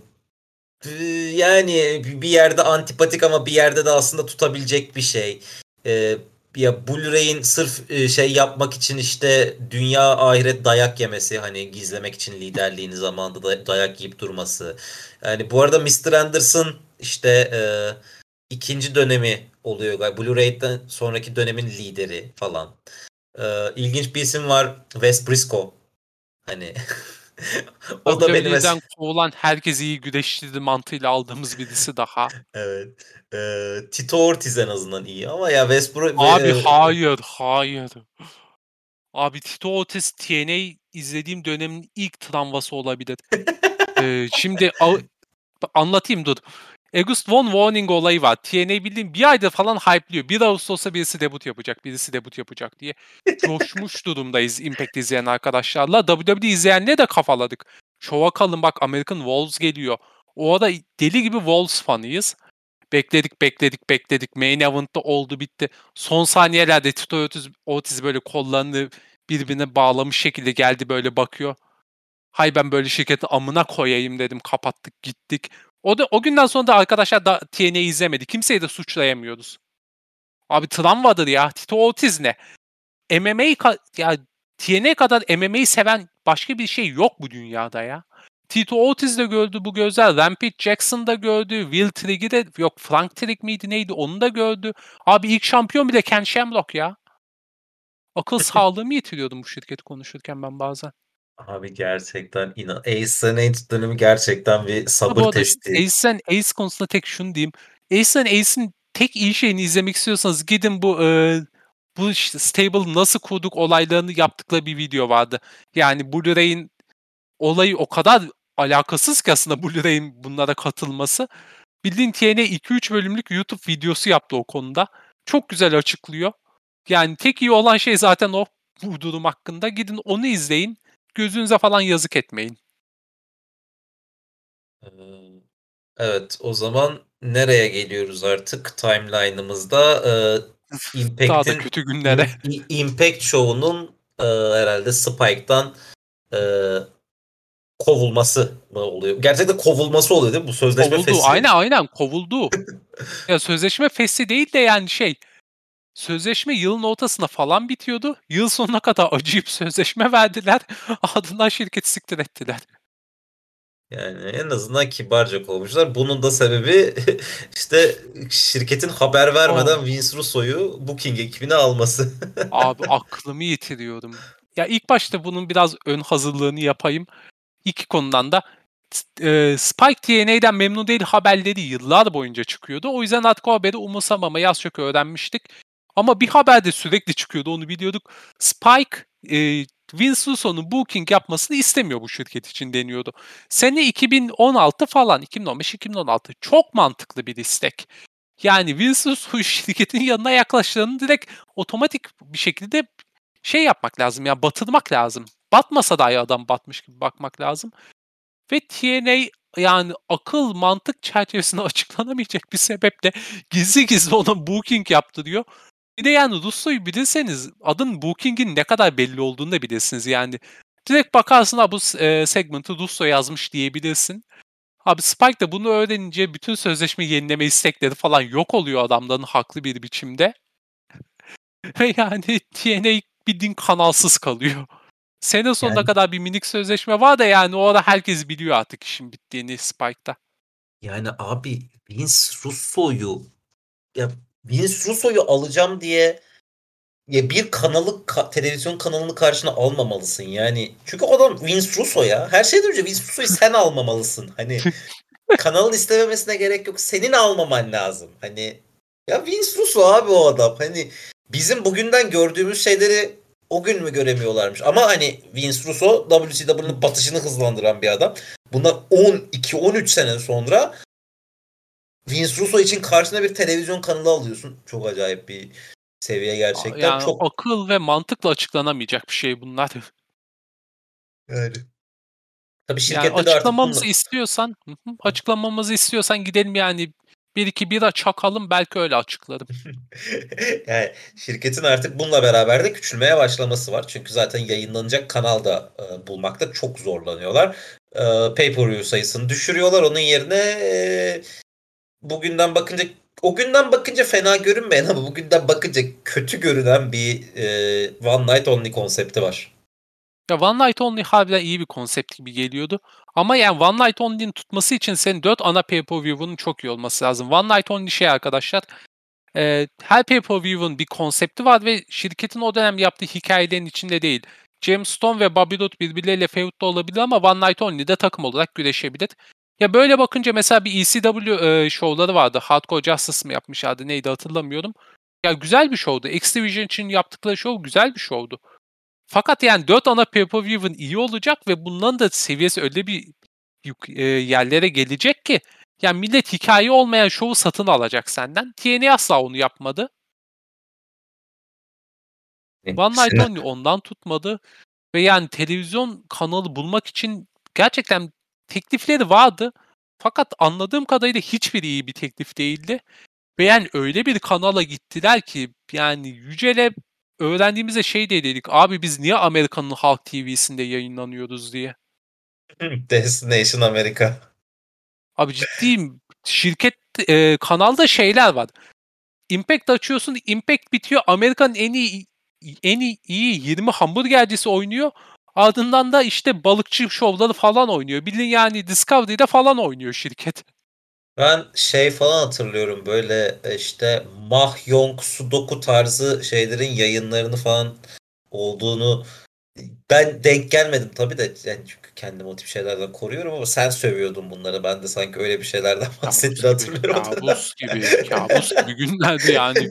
yani bir yerde antipatik ama bir yerde de aslında tutabilecek bir şey. Ee, Ya Blu-ray'in sırf yapmak için işte dünya ahiret dayak yemesi hani gizlemek için liderliğini zamanında da dayak yiyip durması. Yani bu arada Mr. Anderson işte ikinci dönemi oluyor galiba. Blu-ray'den sonraki dönemin lideri falan. İlginç bir isim var. Wes Briscoe. Hani o da benim WWE'den kovulan herkes iyi güreşçiydi mantığıyla aldığımız birisi daha. evet. Tito Ortiz en azından iyi ama ya Westbrook Abi hayır. Abi Tito Ortiz TNA izlediğim dönemin ilk travması olabilir. Şimdi anlatayım dur. August Von Warning olayı var. TNA bildiğim bir ayda falan hype'lıyor. 1 Ağustos'ta birisi debut yapacak, birisi debut yapacak diye. Coşmuş durumdayız Impact izleyen arkadaşlarla. WWE izleyenle de kafaladık. Şova kalın bak American Wolves geliyor. O ara deli gibi Wolves fanıyız. Bekledik. Main event'ta oldu bitti. Son saniyelerde Tito Ortiz böyle kollarını birbirine bağlamış şekilde geldi böyle bakıyor. Hay ben böyle şirketi amına koyayım dedim. Kapattık gittik. O günden sonra da arkadaşlar da TNA izlemedi. Kimseyi de suçlayamıyoruz. Abi travmadır ya. Tito Ortiz ne? Ya TNA kadar MMA'yi seven başka bir şey yok bu dünyada ya. Tito Ortiz de gördü bu gözler. Rampage Jackson da gördü. Will Trigg'i de yok Frank Trigg miydi neydi onu da gördü. Abi ilk şampiyon bile Ken Shamrock ya. Akıl sağlığımı yitiriyordum bu şirketi konuşurken ben bazen. abi gerçekten Ace and Eight dönemi gerçekten bir Ha, bu sabır arada şu testi. Ace konusunda tek şunu diyeyim. Ace'in tek iyi şeyini izlemek istiyorsanız gidin bu işte stable nasıl kurduk olaylarını yaptıkları bir video vardı. Yani Blu-ray'in olayı o kadar alakasız ki aslında Blu-ray'in bunlara katılması. Bildiğin TNA 2-3 bölümlük YouTube videosu yaptı o konuda. Çok güzel açıklıyor. Yani tek iyi olan şey zaten o bu durum hakkında. Gidin onu izleyin. Gözünüze falan yazık etmeyin. Ee, Evet, o zaman nereye geliyoruz artık timeline'ımızda? Daha da kötü günlere. Impact Show'unun herhalde Spike'dan e, kovulması mı oluyor? Gerçekten kovulması oluyor değil mi? Bu sözleşme Kovuldu. fesli. Aynen kovuldu. Ya sözleşme fesli değil de yani sözleşme yılın ortasına falan bitiyordu. Yıl sonuna kadar acıyıp sözleşme verdiler. Ardından şirketi siktir ettiler. Yani en azından kibarca kovmuşlar. Bunun da sebebi işte şirketin haber vermeden Oh, Vince Russo'yu Booking ekibine alması. abi aklımı yitiriyorum. Ya ilk başta bunun biraz ön hazırlığını yapayım. İki konudan da Spike TNA'den memnun değil haberleri yıllar boyunca çıkıyordu. O yüzden artık o haberi umursamamayı az çok öğrenmiştik. Ama bir haber de sürekli çıkıyordu, onu biliyorduk. Spike Vince Russo'nun booking yapmasını istemiyor bu şirket için deniyordu. Sene 2016 falan, 2015-2016 çok mantıklı bir istek. Yani Vince Russo şirketin yanına yaklaştığını direkt otomatik bir şekilde şey yapmak lazım ya, batırmak lazım. Batmasa dahi adam batmış gibi bakmak lazım. Ve TNA yani akıl mantık çerçevesinde açıklanamayacak bir sebeple gizli gizli ona booking yaptırıyor. Bir de yani Russo'yu bilirseniz adın booking'in ne kadar belli olduğunu da bilirsiniz yani. Direkt bakarsın ha bu segment'ı Russo yazmış diyebilirsin. Abi Spike de bunu öğrenince bütün sözleşme yenileme istekleri falan yok oluyor adamların haklı bir biçimde. Ve yani TNA bildiğin kanalsız kalıyor. Sene sonuna Yani kadar bir minik sözleşme var da yani o ara herkes biliyor artık işin bittiğini Spike'da. yani abi ya Vince Russo'yu alacağım diye ya bir televizyon kanalını karşına almamalısın yani. Çünkü o adam Vince Russo ya. Her şeyden önce Vince Russo'yu sen almamalısın. Hani kanalın istememesine gerek yok. Senin almaman lazım. Hani ya Vince Russo abi o adam. Hani bizim bugünden gördüğümüz şeyleri o gün mü göremiyorlarmış? Ama hani Vince Russo WCW'nin batışını hızlandıran bir adam. Bundan 12-13 sene sonra Vince Russo için karşına bir televizyon kanalı alıyorsun. Çok acayip bir seviye gerçekten. Yani Çok akıl ve mantıkla açıklanamayacak bir şey bunlar. yani. Tabii Yani şirkette de artık açıklamamızı bununla istiyorsan, açıklamamızı istiyorsan gidelim yani bir iki bira çakalım belki öyle açıklarım. yani şirketin artık bununla beraber de küçülmeye başlaması var. Çünkü zaten yayınlanacak kanal da bulmakta çok zorlanıyorlar. Pay-per-view sayısını düşürüyorlar. Onun yerine bugünden bakınca o günden bakınca fena görünmeyen ama bugünden bakınca kötü görünen bir One Night Only konsepti var. Ya One Night Only harbiden iyi bir konsept gibi geliyordu. Ama yani One Night Only'nin tutması için senin 4 ana pay-per-view'un çok iyi olması lazım. One Night Only şey arkadaşlar, her pay-per-view'un bir konsepti var ve şirketin o dönem yaptığı hikayelerin içinde değil. James Stone ve Bobby Roode birbirleriyle feud'da olabilir ama One Night Only'de takım olarak güreşebilir. Ya böyle bakınca mesela bir ECW şovları vardı. Hardcore Justice mı yapmışlardı neydi hatırlamıyorum. Ya güzel bir şovdu. X Division için yaptıkları şov güzel bir şovdu. Fakat yani 4 ana pay-per-view'un iyi olacak ve bunların da seviyesi öyle bir yerlere gelecek ki yani millet hikaye olmayan şovu satın alacak senden. TNA asla onu yapmadı. One Night Seni Only ondan tutmadı ve yani televizyon kanalı bulmak için gerçekten teklifleri vardı. Fakat anladığım kadarıyla hiçbiri iyi bir teklif değildi. Ve yani öyle bir kanala gittiler ki yani Yücel'e öğrendiğimizde şey de dedik. Abi biz niye Amerika'nın Halk TV'sinde yayınlanıyoruz diye. Destination America. Abi ciddiyim. Şirket kanalda şeyler var. Impact açıyorsun, Impact bitiyor. Amerika'nın en iyi 20 hamburgercisi oynuyor. Ardından da işte balıkçı şovları falan oynuyor. Bildiğin yani Discovery'de falan oynuyor şirket. Ben şey falan hatırlıyorum böyle işte Mahjong Sudoku tarzı şeylerin yayınlarını falan olduğunu ben denk gelmedim tabii de yani çünkü kendimi o tip şeylerden koruyorum ama sen sövüyordun bunları. Ben de sanki öyle bir şeylerden Kabus bahsettiğini gibi, hatırlıyorum. kabus gibi, kabus gibi günlerdi yani.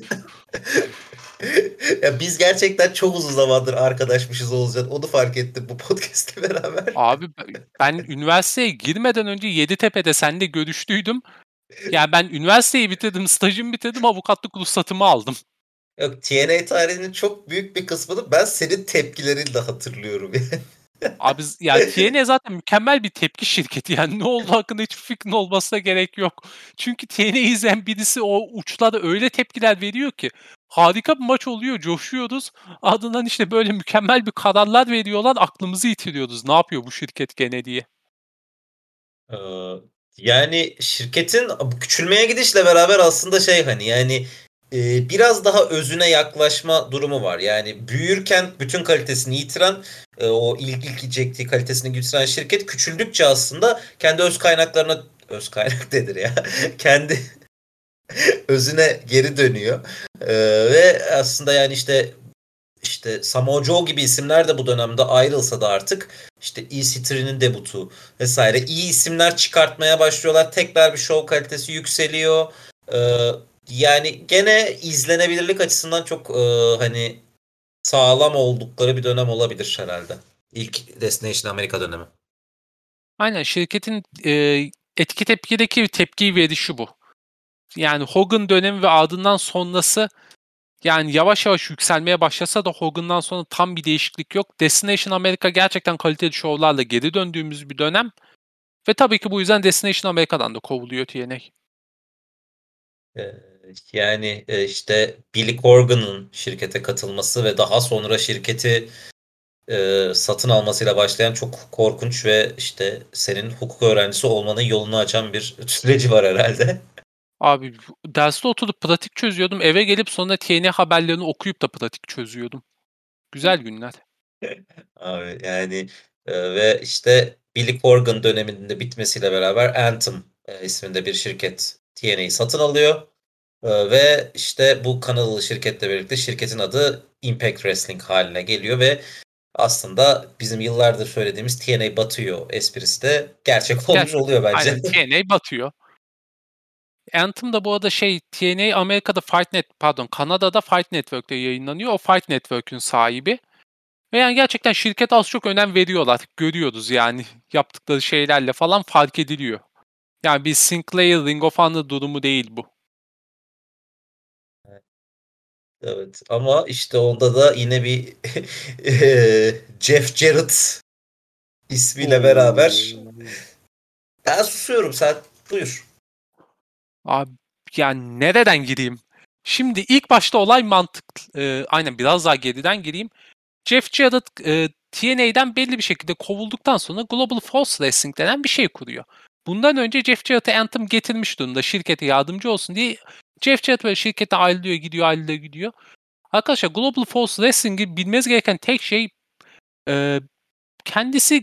Ya biz gerçekten çok uzun zamandır arkadaşmışız olacak. Onu fark ettim bu podcast'le beraber. Abi ben üniversiteye girmeden önce Yeditepe'de seninle görüştüydüm. Yani ben üniversiteyi bitirdim, stajımı bitirdim, avukatlık ruhsatımı aldım. Yok, TNA tarihinin çok büyük bir kısmını ben senin tepkilerini de hatırlıyorum yani. Abi ya TNA zaten mükemmel bir tepki şirketi. Yani ne olduğu hakkında hiçbir fikrin olmasına gerek yok. Çünkü TNA izleyen birisi o uçlarda öyle tepkiler veriyor ki harika bir maç oluyor, coşuyoruz. Ardından işte böyle mükemmel bir kararlar veriyorlar, aklımızı yitiriyoruz. Ne yapıyor bu şirket gene diye. Ee, Yani şirketin bu küçülmeye gidişle beraber aslında şey hani yani biraz daha özüne yaklaşma durumu var. Yani büyürken bütün kalitesini yitiren o ilk çektiği kalitesini yitiren şirket küçüldükçe aslında kendi öz kaynaklarına öz kaynak nedir ya? Kendi özüne geri dönüyor. Ve aslında yani işte Samoa Joe gibi isimler de bu dönemde ayrılsa da artık işte EC3'nin debutu vesaire iyi isimler çıkartmaya başlıyorlar. Tekrar bir show kalitesi yükseliyor. Ee, Yani gene izlenebilirlik açısından çok hani sağlam oldukları bir dönem olabilir herhalde. İlk Destination Amerika dönemi. Aynen şirketin etki tepkideki tepkiyi verişi bu. Yani Hogan dönemi ve ardından sonrası yani yavaş yavaş yükselmeye başlasa da Hogan'dan sonra tam bir değişiklik yok. Destination America gerçekten kaliteli şovlarla geri döndüğümüz bir dönem. Ve tabii ki bu yüzden Destination America'dan da kovuluyor TNA. Ee, Yani işte Billy Corgan'ın şirkete katılması ve daha sonra şirketi satın almasıyla başlayan çok korkunç ve işte senin hukuk öğrencisi olmanın yolunu açan bir süreci var herhalde. Abi derste oturup pratik çözüyordum. Eve gelip sonra TNA haberlerini okuyup da pratik çözüyordum. Güzel günler. Abi yani ve işte Billy Corgan döneminde bitmesiyle beraber Anthem isminde bir şirket TNA'yı satın alıyor. Ve işte bu Kanadalı şirketle birlikte şirketin adı Impact Wrestling haline geliyor ve aslında bizim yıllardır söylediğimiz TNA batıyor esprisi de gerçek olmuş Gerçekten. oluyor bence. Aynen TNA batıyor. Anthem da bu arada TNA Amerika'da Kanada'da Fight Network'te yayınlanıyor. O Fight Network'ün sahibi. Ve yani gerçekten şirket az çok önem veriyorlar. Görüyoruz yani yaptıkları şeylerle falan fark ediliyor. Yani bir Sinclair Ring of Honor durumu değil bu. Evet ama işte onda da yine bir Jeff Jarrett ismiyle beraber Oo. ben susuyorum sen buyur. Abi yani nereden gireyim? Şimdi ilk başta olay mantıklı. Aynen biraz daha geriden gireyim. Jeff Jarrett TNA'den belli bir şekilde kovulduktan sonra Global Force Wrestling denen bir şey kuruyor. Bundan önce Jeff Jarrett'e Anthem getirmiş durumda şirkete yardımcı olsun diye. Jeff Jarrett böyle şirkete ayrılıyor gidiyor ayrılıyor gidiyor. Arkadaşlar Global Force Wrestling'i bilmeniz gereken tek şey e, kendisi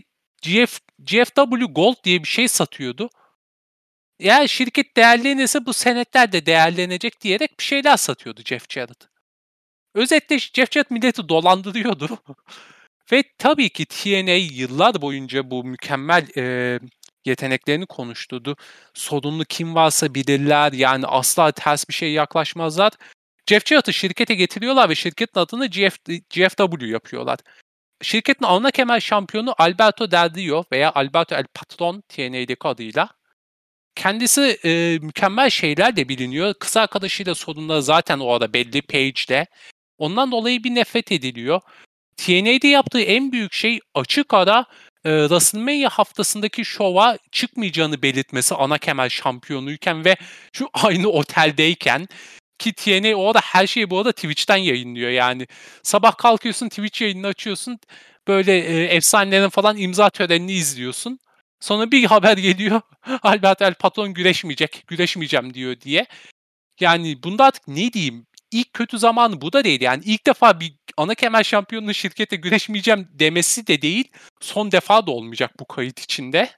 GFW Gold diye bir şey satıyordu. Eğer şirket değerlenirse bu senetler de değerlenecek diyerek bir şeyler satıyordu Jeff Jarrett. Özetle Jeff Jarrett milleti dolandırıyordu. Ve tabii ki TNA yıllar boyunca bu mükemmel yeteneklerini konuşturdu. Sorunlu kim varsa bilirler yani asla ters bir şey yaklaşmazlar. Jeff Jarrett'ı şirkete getiriyorlar ve şirketin adını GFW yapıyorlar. Şirketin ana kemer şampiyonu Alberto Del Rio veya Alberto El Patron TNA'deki adıyla. Kendisi mükemmel şeylerle biliniyor. Kız arkadaşıyla sorunları zaten o arada belli Paige'le. Ondan dolayı bir nefret ediliyor. TNA'de yaptığı en büyük şey açık ara WrestleMania haftasındaki şova çıkmayacağını belirtmesi ana kemer şampiyonuyken ve şu aynı oteldeyken ki TNA o arada her şeyi bu arada Twitch'ten yayınlıyor yani. Sabah kalkıyorsun Twitch yayını açıyorsun böyle efsanelerin falan imza törenini izliyorsun. Sonra bir haber geliyor Albert El Patron güreşmeyeceğim diyor diye. Yani bunda artık ne diyeyim? İlk kötü zamanı bu da değil. Yani ilk defa bir ana kemer şampiyonunun şirkete güreşmeyeceğim demesi de değil. Son defa da olmayacak bu kayıt içinde.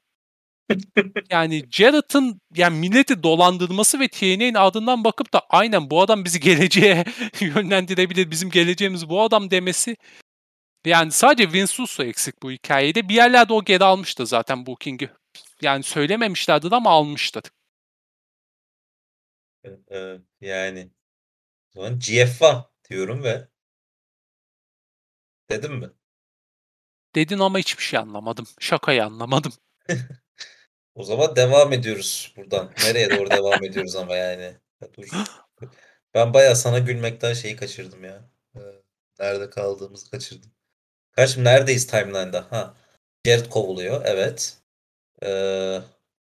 Yani Jarrett'ın yani milleti dolandırması ve TNA'nin ardından bakıp da aynen bu adam bizi geleceğe yönlendirebilir. Bizim geleceğimiz bu adam demesi. Yani sadece Vince Russo eksik bu hikayede. Bir yerlerde o geri almıştı zaten Booking'i. Yani söylememişlerdi ama almıştı. Yani o zaman GF1 diyorum ve dedim mi? Dedin ama hiçbir şey anlamadım. Şakayı anlamadım. O zaman devam ediyoruz buradan. Nereye doğru devam ediyoruz ama yani. Ya dur. Ben bayağı sana gülmekten şeyi kaçırdım ya. Ee, Nerede kaldığımızı kaçırdım. Karşım neredeyiz timeline'da? Ha. Jared kovuluyor. Evet. Ee,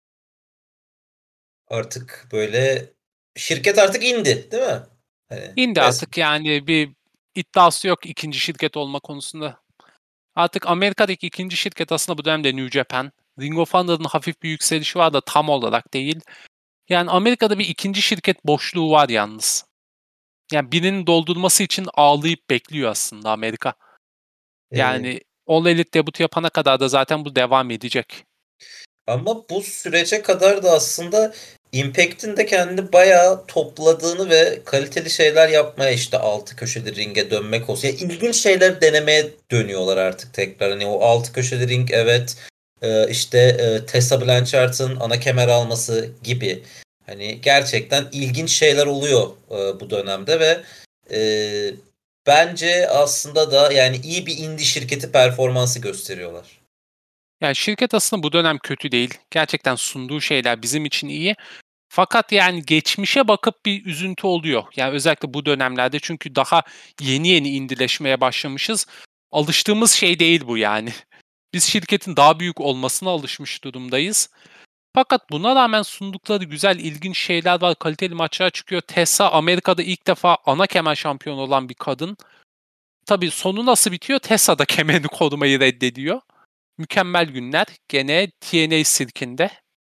Artık böyle şirket artık indi, değil mi? Hani İndi resmi. artık yani bir iddiası yok ikinci şirket olma konusunda. Artık Amerika'daki ikinci şirket aslında bu dönemde New Japan. Ring of Honor'ın hafif bir yükselişi var da tam olarak değil. Yani Amerika'da bir ikinci şirket boşluğu var yalnız. Yani birinin doldurması için ağlayıp bekliyor aslında Amerika. E, Yani All Elite debut yapana kadar da zaten bu devam edecek. Ama bu sürece kadar da aslında Impact'in de kendini bayağı topladığını ve kaliteli şeyler yapmaya, işte altı köşeli ringe dönmek olsun. Yani ilginç şeyler denemeye dönüyorlar artık tekrar. Hani o altı köşeli ring, evet, işte Tessa Blanchard'ın ana kemer alması gibi. Hani gerçekten ilginç şeyler oluyor bu dönemde ve e, bence aslında da yani iyi bir indie şirketi performansı gösteriyorlar. Yani şirket aslında bu dönem kötü değil. Gerçekten sunduğu şeyler bizim için iyi. Fakat yani geçmişe bakıp bir üzüntü oluyor. Yani özellikle bu dönemlerde çünkü daha yeni yeni indileşmeye başlamışız. Alıştığımız şey değil bu yani. Biz şirketin daha büyük olmasına alışmış durumdayız. Fakat buna rağmen sundukları güzel, ilginç şeyler var. Kaliteli maçlar çıkıyor. Tessa Amerika'da ilk defa ana kemer şampiyonu olan bir kadın. Tabii sonu nasıl bitiyor? Tessa da kemerini korumayı reddediyor. Mükemmel günler. Gene TNA sirkinde.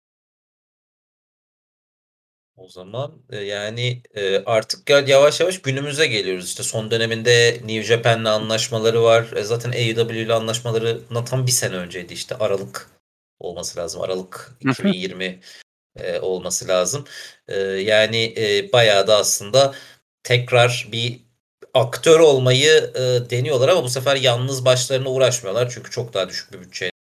O zaman yani artık yavaş yavaş günümüze geliyoruz. İşte son döneminde New Japan'le anlaşmaları var. Zaten AEW ile anlaşmaları tam bir sene önceydi, işte Aralık olması lazım. Aralık 2020 olması lazım. Yani bayağı da aslında tekrar bir aktör olmayı deniyorlar ama bu sefer yalnız başlarına uğraşmıyorlar. Çünkü çok daha düşük bir bütçe.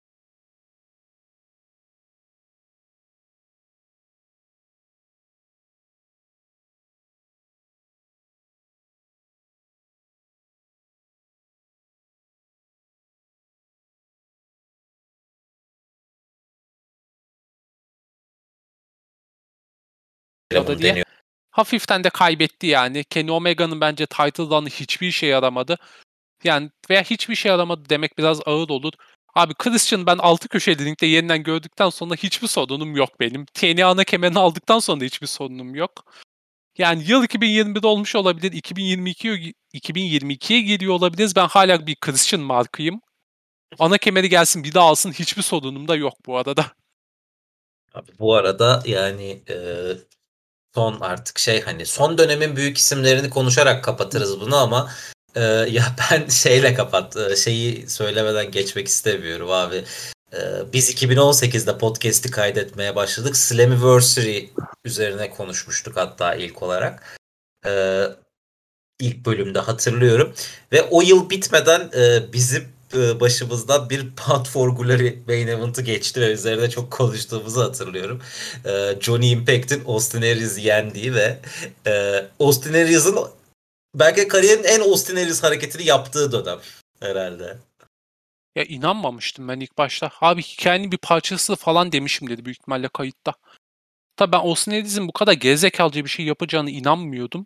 Da Bunu diye. deniyor. Hafiften de kaybetti yani. Kenny Omega'nın bence title'dan hiçbir işe yaramadı. Yani veya hiçbir şey yaramadı demek biraz ağır olur. Abi Christian ben 6 köşeli ringde yeniden gördükten sonra hiçbir sorunum yok benim. TNA ana kemerini aldıktan sonra da hiçbir sorunum yok. Yani yıl 2021 olmuş olabilir. 2022'ye geliyor olabiliriz. Ben hala bir Christian markıyım. Ana kemeri gelsin bir daha alsın hiçbir sorunum da yok bu arada. Abi bu arada yani son artık hani son dönemin büyük isimlerini konuşarak kapatırız bunu ama ya ben şeyle şeyi söylemeden geçmek istemiyorum abi. Biz 2018'de podcast'i kaydetmeye başladık. Slammiversary üzerine konuşmuştuk hatta ilk olarak. E, ilk bölümde hatırlıyorum. Ve o yıl bitmeden bizim başımızdan bir Bound for Glory main event'ı geçti ve üzerine çok konuştuğumuzu hatırlıyorum. Johnny Impact'in Austin Aries'i yendiği ve Austin Aries'in belki kariyerin en Austin Aries hareketini yaptığı dönem herhalde. Ya inanmamıştım ben ilk başta. Abi hikayenin bir parçası falan demişim dedi büyük ihtimalle kayıtta. Tabii ben Austin Aries'in bu kadar gerizekalca bir şey yapacağını inanmıyordum.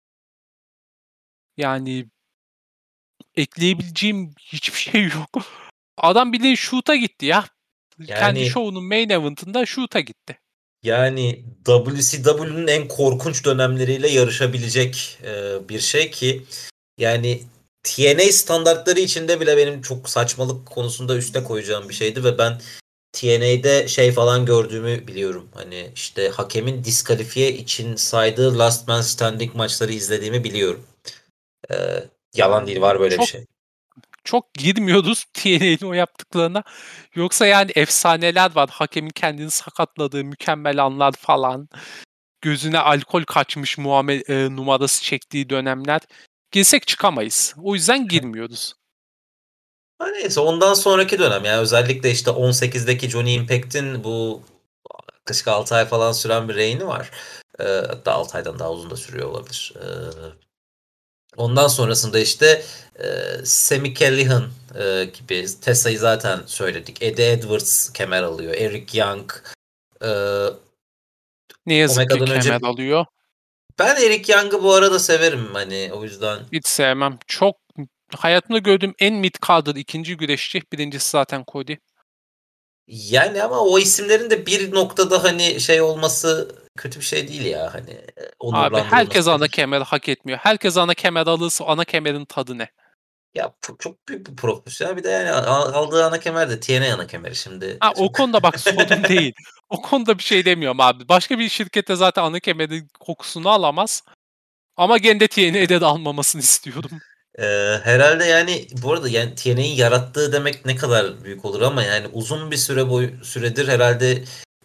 Yani ekleyebileceğim hiçbir şey yok. Adam bile shoot'a gitti ya. Kendi Yani şovunun main event'ında shoot'a gitti. Yani WCW'nun en korkunç dönemleriyle yarışabilecek bir şey ki yani TNA standartları içinde bile benim çok saçmalık konusunda üste koyacağım bir şeydi ve ben TNA'de şey falan gördüğümü biliyorum. Hani işte hakemin diskalifiye için saydığı Last Man Standing maçları izlediğimi biliyorum. E, Yalan değil, Yani var böyle bir çok şey. çok girmiyoruz TNA'nin o yaptıklarına. Yoksa yani efsaneler var. Hakemin kendini sakatladığı mükemmel anlar falan. Gözüne alkol kaçmış numarası çektiği dönemler. Girsek çıkamayız. O yüzden girmiyoruz. Ha, neyse, ondan sonraki dönem yani özellikle işte 18'deki Johnny Impact'in bu yaklaşık 6 ay falan süren bir reigni var. Hatta 6 aydan daha uzun da sürüyor olabilir. Ondan sonrasında işte Sami Callihan gibi, Tessa'yı zaten söyledik. Eddie Edwards kemer alıyor. Eric Young. E, Ne yazık ki Omega'dan kemer önce alıyor. ben Eric Young'ı bu arada severim, hani o yüzden. Hiç sevmem. Çok hayatımda gördüğüm en mid carder ikinci güreşçi. Birincisi zaten Cody. Yani ama o isimlerin de bir noktada hani şey olması kötü bir şey değil ya, hani Abi herkes onurlandırılması ana kötü. kemer hak etmiyor. Herkes ana kemer alırsa ana kemerin tadı ne? Ya çok büyük bir profesyonel. Bir de yani aldığı ana kemer de TNA ana kemeri şimdi. Ha, o konuda bak sorun değil. O konuda bir şey demiyorum abi. Başka bir şirkette zaten ana kemerin kokusunu alamaz. Ama gene de TNA'de de almamasını istiyorum. Herhalde yani bu arada yani TNA'yi yarattığı demek ne kadar büyük olur ama yani uzun bir süredir herhalde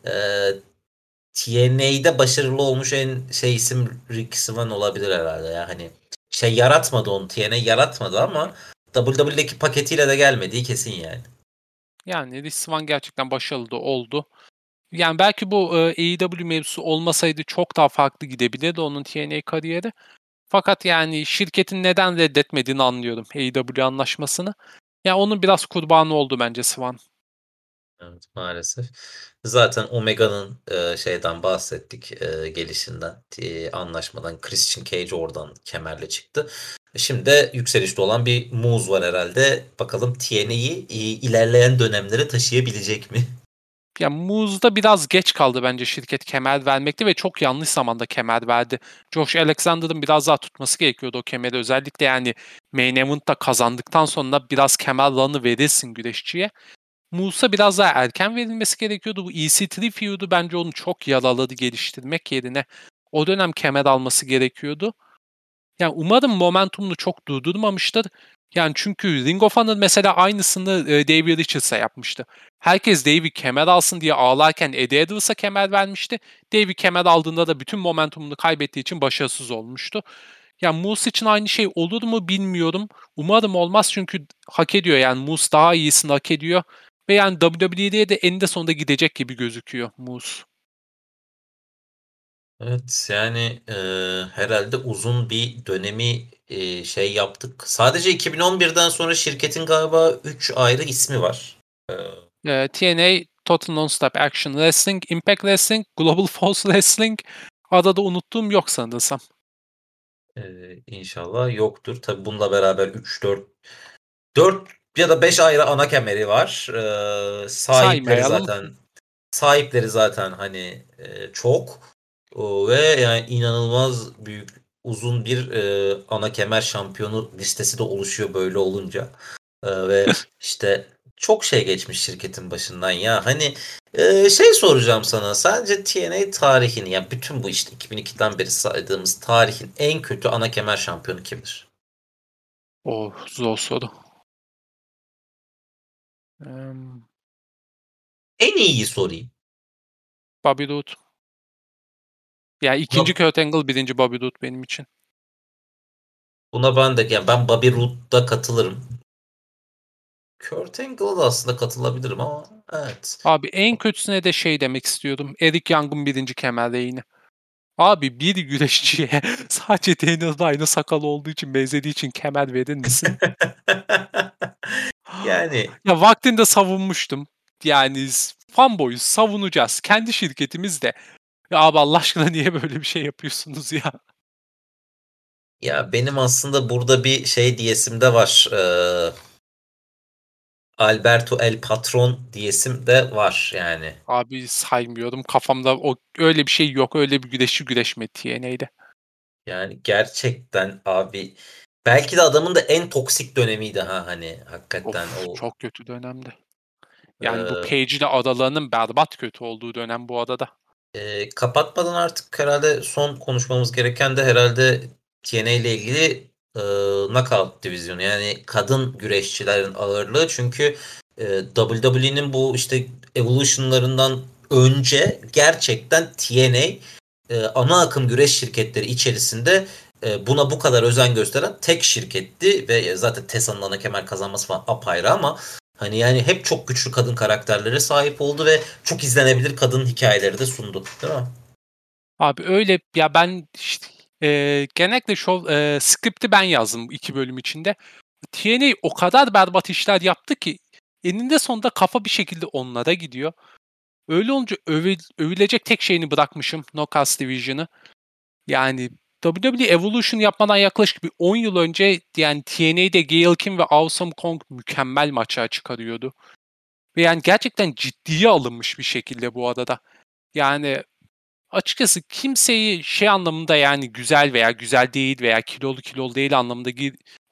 TNA'de başarılı olmuş en şey isim Rick Swann olabilir herhalde ya hani şey yaratmadı onu, TNA yaratmadı ama WWE'deki paketiyle de gelmediği kesin yani. Yani Rich Swann gerçekten başarılı da oldu. Yani belki bu AEW mevzusu olmasaydı çok daha farklı gidebilirdi onun TNA kariyeri. Fakat yani şirketin neden reddetmediğini anlıyorum AEW anlaşmasını. Ya onun biraz kurbanı oldu bence Swan. Evet, maalesef. Zaten Omega'nın şeyden bahsettik, gelişinden, anlaşmadan Christian Cage oradan kemerle çıktı. Şimdi de yükselişte olan bir Moose var herhalde. Bakalım TNA'yi ilerleyen dönemlere taşıyabilecek mi? Ya Moose'da biraz geç kaldı bence şirket kemer vermekte ve çok yanlış zamanda kemer verdi. Josh Alexander'ın biraz daha tutması gerekiyordu o kemeri. Özellikle yani Main Event'ta kazandıktan sonra biraz kemer run'ı verirsin güreşçiye. Moose'a biraz daha erken verilmesi gerekiyordu. Bu EC3 feud'u bence onu çok yaraladı geliştirmek yerine. O dönem kemer alması gerekiyordu. Yani umarım momentumunu çok durdurmamıştır. Yani çünkü Ring of Honor mesela aynısını Davey Richards'a yapmıştı. Herkes Davey kemer alsın diye ağlarken Eddie Edwards'a kemer vermişti. Davey kemer aldığında da bütün momentumunu kaybettiği için başarısız olmuştu. Yani Moose için aynı şey olur mu bilmiyorum. Umarım olmaz çünkü hak ediyor. Yani Moose daha iyisini hak ediyor. Ve yani WWE'ye de eninde sonunda gidecek gibi gözüküyor Moose. Evet yani herhalde uzun bir dönemi şey yaptık. Sadece 2011'den sonra şirketin galiba 3 ayrı ismi var. E, TNA, Total Nonstop Action Wrestling, Impact Wrestling, Global Force Wrestling. Adada unuttuğum yok sanırsam. inşallah yoktur. Tabii bununla beraber 4 ya da 5 ayrı ana kemeri var. Sahipleri Saymayalım. zaten hani çok. Ve yani inanılmaz büyük uzun bir ana kemer şampiyonu listesi de oluşuyor böyle olunca. Ve işte çok şey geçmiş şirketin başından ya. Hani şey soracağım sana. Sence TNA tarihini yani bütün bu işte 2002'den beri saydığımız tarihin en kötü ana kemer şampiyonu kimdir? Oh, zor soru. Em, En iyiyi sorayım. Bobby Roode. Yani ikinci Buna, Kurt Angle, birinci Bobby Roode benim için. buna ben de yani ben Bobby Roode'da katılırım. Kurt Angle'a da aslında katılabilirim ama evet. Abi en kötüsüne de şey demek istiyordum. Eric Young'un birinci kemer reyini. Abi bir güreşçiye sadece Daniel Bryan'ın sakalı olduğu için, benzediği için kemer verir misin? Yani Ya vaktinde savunmuştum. Yani fanboyuz, savunacağız. Kendi şirketimiz de. Ya abi Allah aşkına niye böyle bir şey yapıyorsunuz ya? ya benim aslında burada bir şey diyesim de var. Alberto El Patron diyesim de var yani. Abi saymıyorum. Kafamda o öyle bir şey yok. Öyle bir güreşçi güreşmedi TNA'de. Yani gerçekten abi belki de adamın da en toksik dönemiydi ha hani hakikaten Of, o çok kötü dönemdi. Yani bu e, Page ile adalarının berbat kötü olduğu dönem bu adada. kapatmadan artık herhalde son konuşmamız gereken de herhalde TNA ile ilgili Knockout divizyonu yani kadın güreşçilerin ağırlığı çünkü WWE'nin bu işte Evolution'larından önce gerçekten TNA ana akım güreş şirketleri içerisinde buna bu kadar özen gösteren tek şirketti ve zaten Tessa'nın ana kemer kazanması falan apayrı ama hani yani hep çok güçlü kadın karakterlere sahip oldu ve çok izlenebilir kadın hikayeleri de sundu, değil mi? Abi öyle ya ben işte, genellikle script'i ben yazdım 2 bölüm içinde. TNA o kadar berbat işler yaptı ki eninde sonunda kafa bir şekilde onlara gidiyor. Öyle olunca övülecek tek şeyini bırakmışım Knockouts Division'ı. Yani WWE Evolution yapmadan yaklaşık bir 10 yıl önce yani TNA'de Gail Kim ve Awesome Kong mükemmel maçlar çıkarıyordu. Ve yani gerçekten ciddiye alınmış bir şekilde bu arada. Yani açıkçası kimseyi şey anlamında yani güzel veya güzel değil veya kilolu kilolu değil anlamında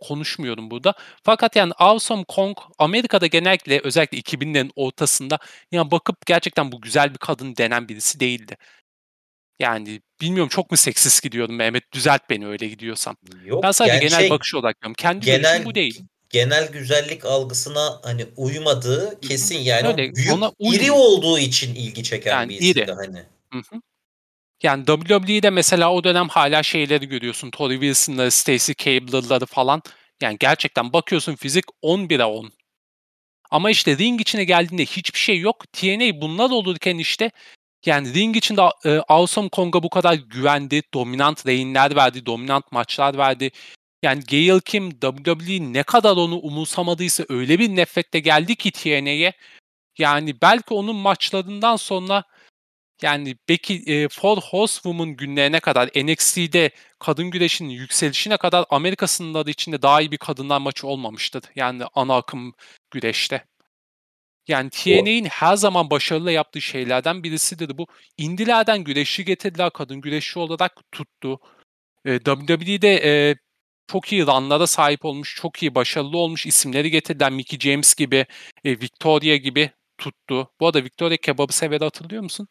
konuşmuyorum burada. Fakat yani Awesome Kong Amerika'da genellikle özellikle 2000'lerin ortasında yani bakıp gerçekten bu güzel bir kadın denen birisi değildi. Yani bilmiyorum çok mu seksist gidiyorum Mehmet, düzelt beni öyle gidiyorsam. Ben Yok sadece yani genel bakış odaklıyorum. Kendi görüşüm bu genel değil. genel güzellik algısına hani uymadığı Hı hı. kesin, yani o Öyle büyük ona iri uymuyor. olduğu için ilgi çeken Yani bir iri. isimdi hani. Hı hı. Yani WWE'de mesela o dönem hala şeyleri görüyorsun. Tori Wilson'ları, Stacey Cable'ları falan. Yani gerçekten bakıyorsun fizik 11'e 10. Ama işte ring içine geldiğinde hiçbir şey yok. TNA bunlar olurken işte yani ring içinde Awesome Kong'a bu kadar güvendi. Dominant reignler verdi. Dominant maçlar verdi. Yani Gail Kim WWE ne kadar onu umursamadıysa öyle bir nefretle geldi ki TNA'ye. Yani belki onun maçlarından sonra yani belki Four Horsewoman günlerine kadar NXT'de kadın güreşinin yükselişine kadar Amerika sınırları içinde daha iyi bir kadınlar maçı olmamıştır. Yani ana akım güreşte. Yani O TNA'in her zaman başarılı yaptığı şeylerden birisidir bu. İndilerden güreşçi getirdiler. Kadın güreşçi olarak tuttu. WWE'de çok iyi runlara sahip olmuş, çok iyi başarılı olmuş isimleri getirdiler. Mickey James gibi, Victoria gibi tuttu. Bu arada Victoria kebabı severi hatırlıyor musun?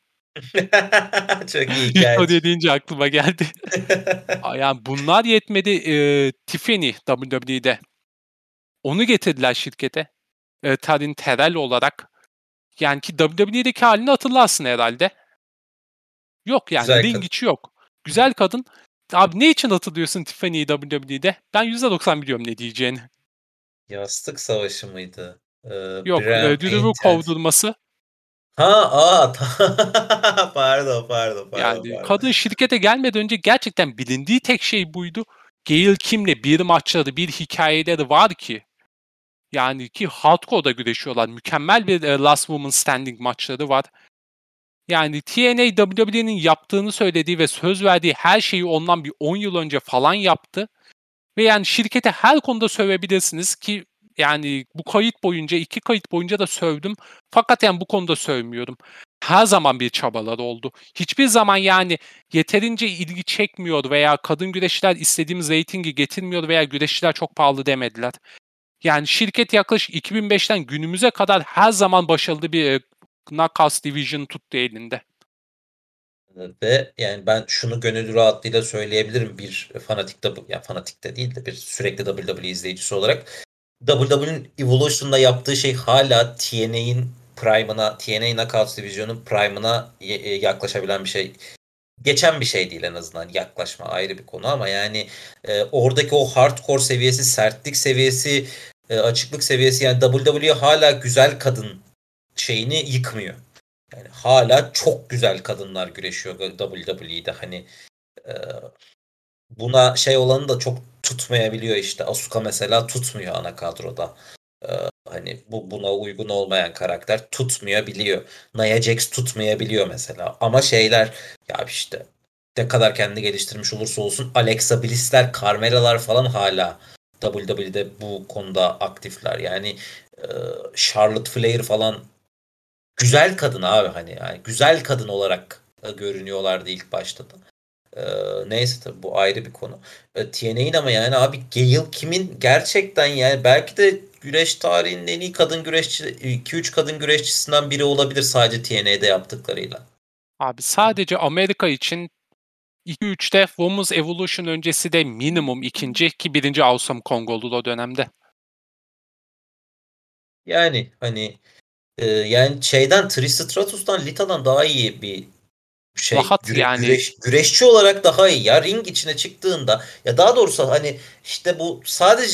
çok iyi hikaye. Victoria deyince aklıma geldi. Yani bunlar yetmedi. Tiffany WWE'de. Onu getirdiler şirkete. Taryn Terrell olarak. Yani ki WWE'deki halini hatırlarsın herhalde. Yok yani Güzel ring kadın. içi yok. Güzel kadın. Abi ne için hatırlıyorsun Tiffany'yi WWE'de? Ben %90 biliyorum ne diyeceğini. Yastık Savaşı mıydı? Yok, Bram Drew'u Intent. kovdurması. Ha, pardon, pardon, pardon, Yani pardon. kadın şirkete gelmeden önce gerçekten bilindiği tek şey buydu. Gail Kim'le bir maçları, bir hikayeleri var ki. Yani ki hardcore'da güreşiyorlar. Mükemmel bir Last Woman Standing maçları var. Yani TNA WWE'nin yaptığını söylediği ve söz verdiği her şeyi ondan bir 10 yıl önce falan yaptı. Ve yani şirkete her konuda sövebilirsiniz ki yani bu kayıt boyunca, 2 kayıt boyunca da sövdüm. Fakat yani bu konuda sövmüyorum. Her zaman bir çabaları oldu. Hiçbir zaman yani yeterince ilgi çekmiyor veya kadın güreşçiler istediğimiz reytingi getirmiyor veya güreşçiler çok pahalı demediler. Yani şirket yaklaşık 2005'ten günümüze kadar her zaman başarılı bir Knockouts Division tuttu elinde. Ve yani ben şunu gönül rahatlığıyla söyleyebilirim, bir fanatik de, ya fanatik de değil de bir sürekli WWE izleyicisi olarak. WWE'nin Evolution'da yaptığı şey hala TNA'in Prime'ına, TNA Knockouts Division'un Prime'ına yaklaşabilen bir şey. Geçen bir şey değil en azından. Yaklaşma ayrı bir konu ama yani oradaki o hardcore seviyesi, sertlik seviyesi, açıklık seviyesi, yani WWE hala güzel kadın şeyini yıkmıyor. Yani hala çok güzel kadınlar güreşiyor WWE'de. Hani e, buna şey olanı da çok tutmayabiliyor işte. Asuka mesela tutmuyor ana kadroda. E, Hani buna uygun olmayan karakter tutmayabiliyor. Nia Jax tutmayabiliyor mesela. Ama şeyler, ya işte ne kadar kendini geliştirmiş olursa olsun Alexa Bliss'ler, Carmela'lar falan hala WWE'de bu konuda aktifler. Yani e, Charlotte Flair falan güzel kadın abi, hani yani güzel kadın olarak görünüyorlardı ilk başta da. Neyse, tabii bu ayrı bir konu. TNA'in ama yani abi Gail Kim'in gerçekten yani belki de güreş tarihinin en iyi kadın güreşçi, 2-3 kadın güreşçisinden biri olabilir sadece TNA'de yaptıklarıyla. Abi sadece Amerika için 2-3'te Women's Evolution öncesi de minimum ikinci ki birinci Awesome Kong oldu o dönemde. Yani hani yani şeyden, Tristratus'tan, Lita'dan daha iyi bir şey, Rahat yani güreşçi olarak daha iyi ya, ring içine çıktığında, ya daha doğrusu hani işte bu sadece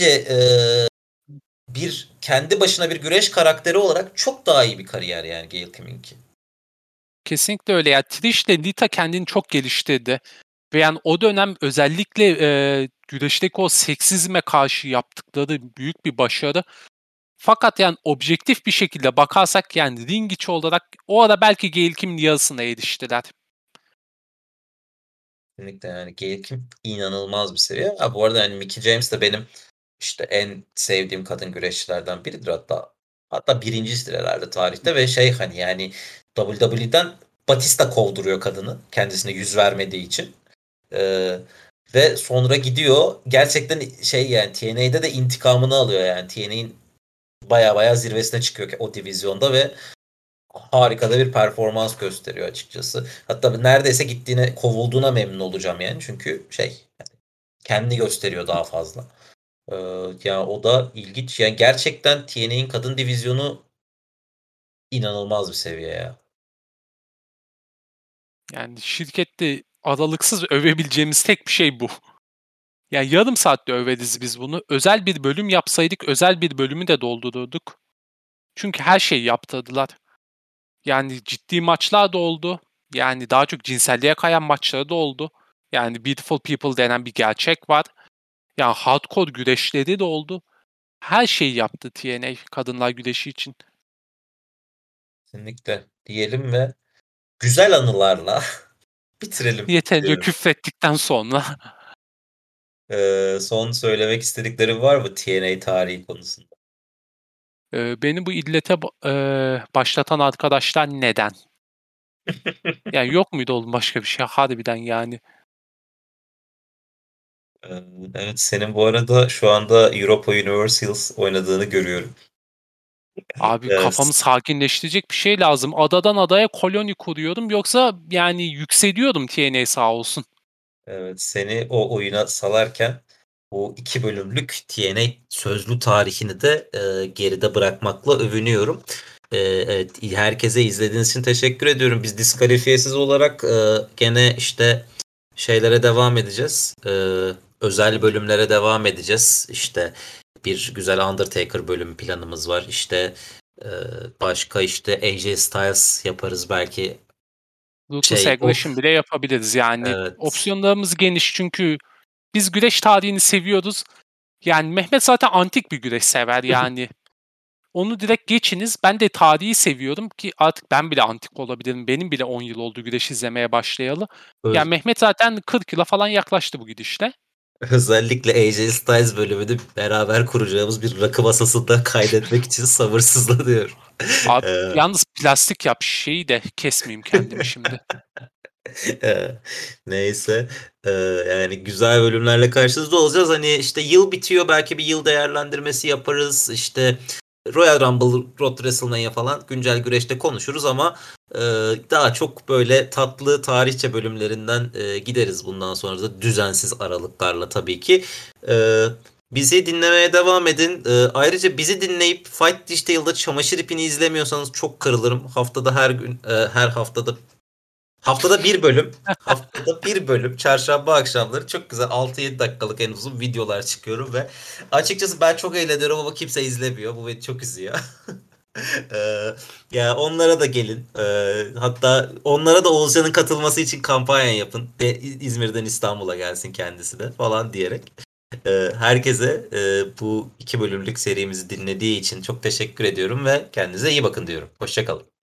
bir kendi başına bir güreş karakteri olarak çok daha iyi bir kariyer yani Gail Kim'inki. kesinlikle öyle. Ya Trish ile Lita kendini çok geliştirdi. Ve yani o dönem özellikle güreşteki o seksizme karşı yaptıkları büyük bir başarı. Fakat yani objektif bir şekilde bakarsak yani ring içi olarak o ara belki Gail Kim'in yarısına eriştiler. Kesinlikle yani Gail Kim inanılmaz bir seviye. Ha, bu arada yani Mickie James de benim işte en sevdiğim kadın güreşçilerden biridir, hatta birincisidir herhalde tarihte. Ve şey, hani yani WWE'den Batista kovduruyor kadını kendisine yüz vermediği için. Ve sonra gidiyor gerçekten yani TNA'de de intikamını alıyor yani. TNA'nin baya baya zirvesine çıkıyor o divizyonda ve harika da bir performans gösteriyor açıkçası. Hatta neredeyse kovulduğuna memnun olacağım yani. Çünkü kendi gösteriyor daha fazla. Ee, Yani o da ilginç. Yani gerçekten TNA'nin kadın divizyonu inanılmaz bir seviye ya. Yani şirkette aralıksız övebileceğimiz tek bir şey bu. Yani yarım saatte överiz biz bunu. Özel bir bölüm yapsaydık özel bir bölümü de doldururduk. Çünkü her şeyi yaptırdılar. Yani ciddi maçlar da oldu. Yani daha çok cinselliğe kayan maçları da oldu. Yani Beautiful People denen bir gerçek var. Yani hardcore güreşleri de oldu. Her şeyi yaptı TNA kadınlar güreşi için. Kesinlikle diyelim ve güzel anılarla bitirelim Yeterince diyorum. küfrettikten sonra Son söylemek istediklerim var mı TNA tarihi konusunda? beni bu illete başlatan arkadaşlar neden? Yani yok muydu oğlum başka bir şey? Harbiden yani. Evet, senin bu arada şu anda Europa Universalis oynadığını görüyorum. Abi Ee, kafamı sakinleştirecek bir şey lazım. Adadan adaya koloni kuruyorum. Yoksa yani yükseliyorum TNA sağ olsun. Evet, seni o oyuna salarken bu 2 bölümlük TNA sözlü tarihini de geride bırakmakla övünüyorum. Evet, herkese izlediğiniz için teşekkür ediyorum. Biz diskalifiyesiz olarak gene işte şeylere devam edeceğiz. Özel bölümlere devam edeceğiz. İşte bir güzel Undertaker bölümü planımız var. İşte e, başka işte AJ Styles yaparız belki. Ruthless Aggression Of, bile yapabiliriz. Yani evet. opsiyonlarımız geniş çünkü biz güreş tarihini seviyoruz. Yani Mehmet zaten antik bir güreş sever yani. Onu direkt geçiniz. Ben de tarihi seviyorum ki artık ben bile antik olabilirim. Benim bile 10 yıl oldu güreş izlemeye başlayalı. Yani Mehmet zaten 40 yıla falan yaklaştı bu gidişle. Özellikle AJ Styles bölümünü beraber kuracağımız bir rakı masasında kaydetmek için sabırsızlanıyorum. Abi Ee, yalnız plastik yap şeyi de kesmeyeyim kendimi şimdi. Neyse. Ee, Yani güzel bölümlerle karşınızda olacağız. Hani işte yıl bitiyor, belki bir yıl değerlendirmesi yaparız. İşte Royal Rumble, Road WrestleMania falan güncel güreşte konuşuruz ama e, daha çok böyle tatlı tarihçe bölümlerinden gideriz bundan sonra da düzensiz aralıklarla tabii ki. E, Bizi dinlemeye devam edin. Ayrıca bizi dinleyip Fight Detail'da çamaşır ipini izlemiyorsanız çok kırılırım. Haftada her gün, her haftada bir bölüm. Haftada bir bölüm. Çarşamba akşamları çok güzel 6-7 dakikalık en uzun videolar çıkıyorum ve açıkçası ben çok eğleniyorum ama kimse izlemiyor. Bu beni çok üzüyor. Ya onlara da gelin. Hatta onlara da Oğuzcan'ın katılması için kampanya yapın. İzmir'den İstanbul'a gelsin kendisi de falan diyerek. Herkese bu 2 bölümlük serimizi dinlediği için çok teşekkür ediyorum ve kendinize iyi bakın diyorum. Hoşça kalın.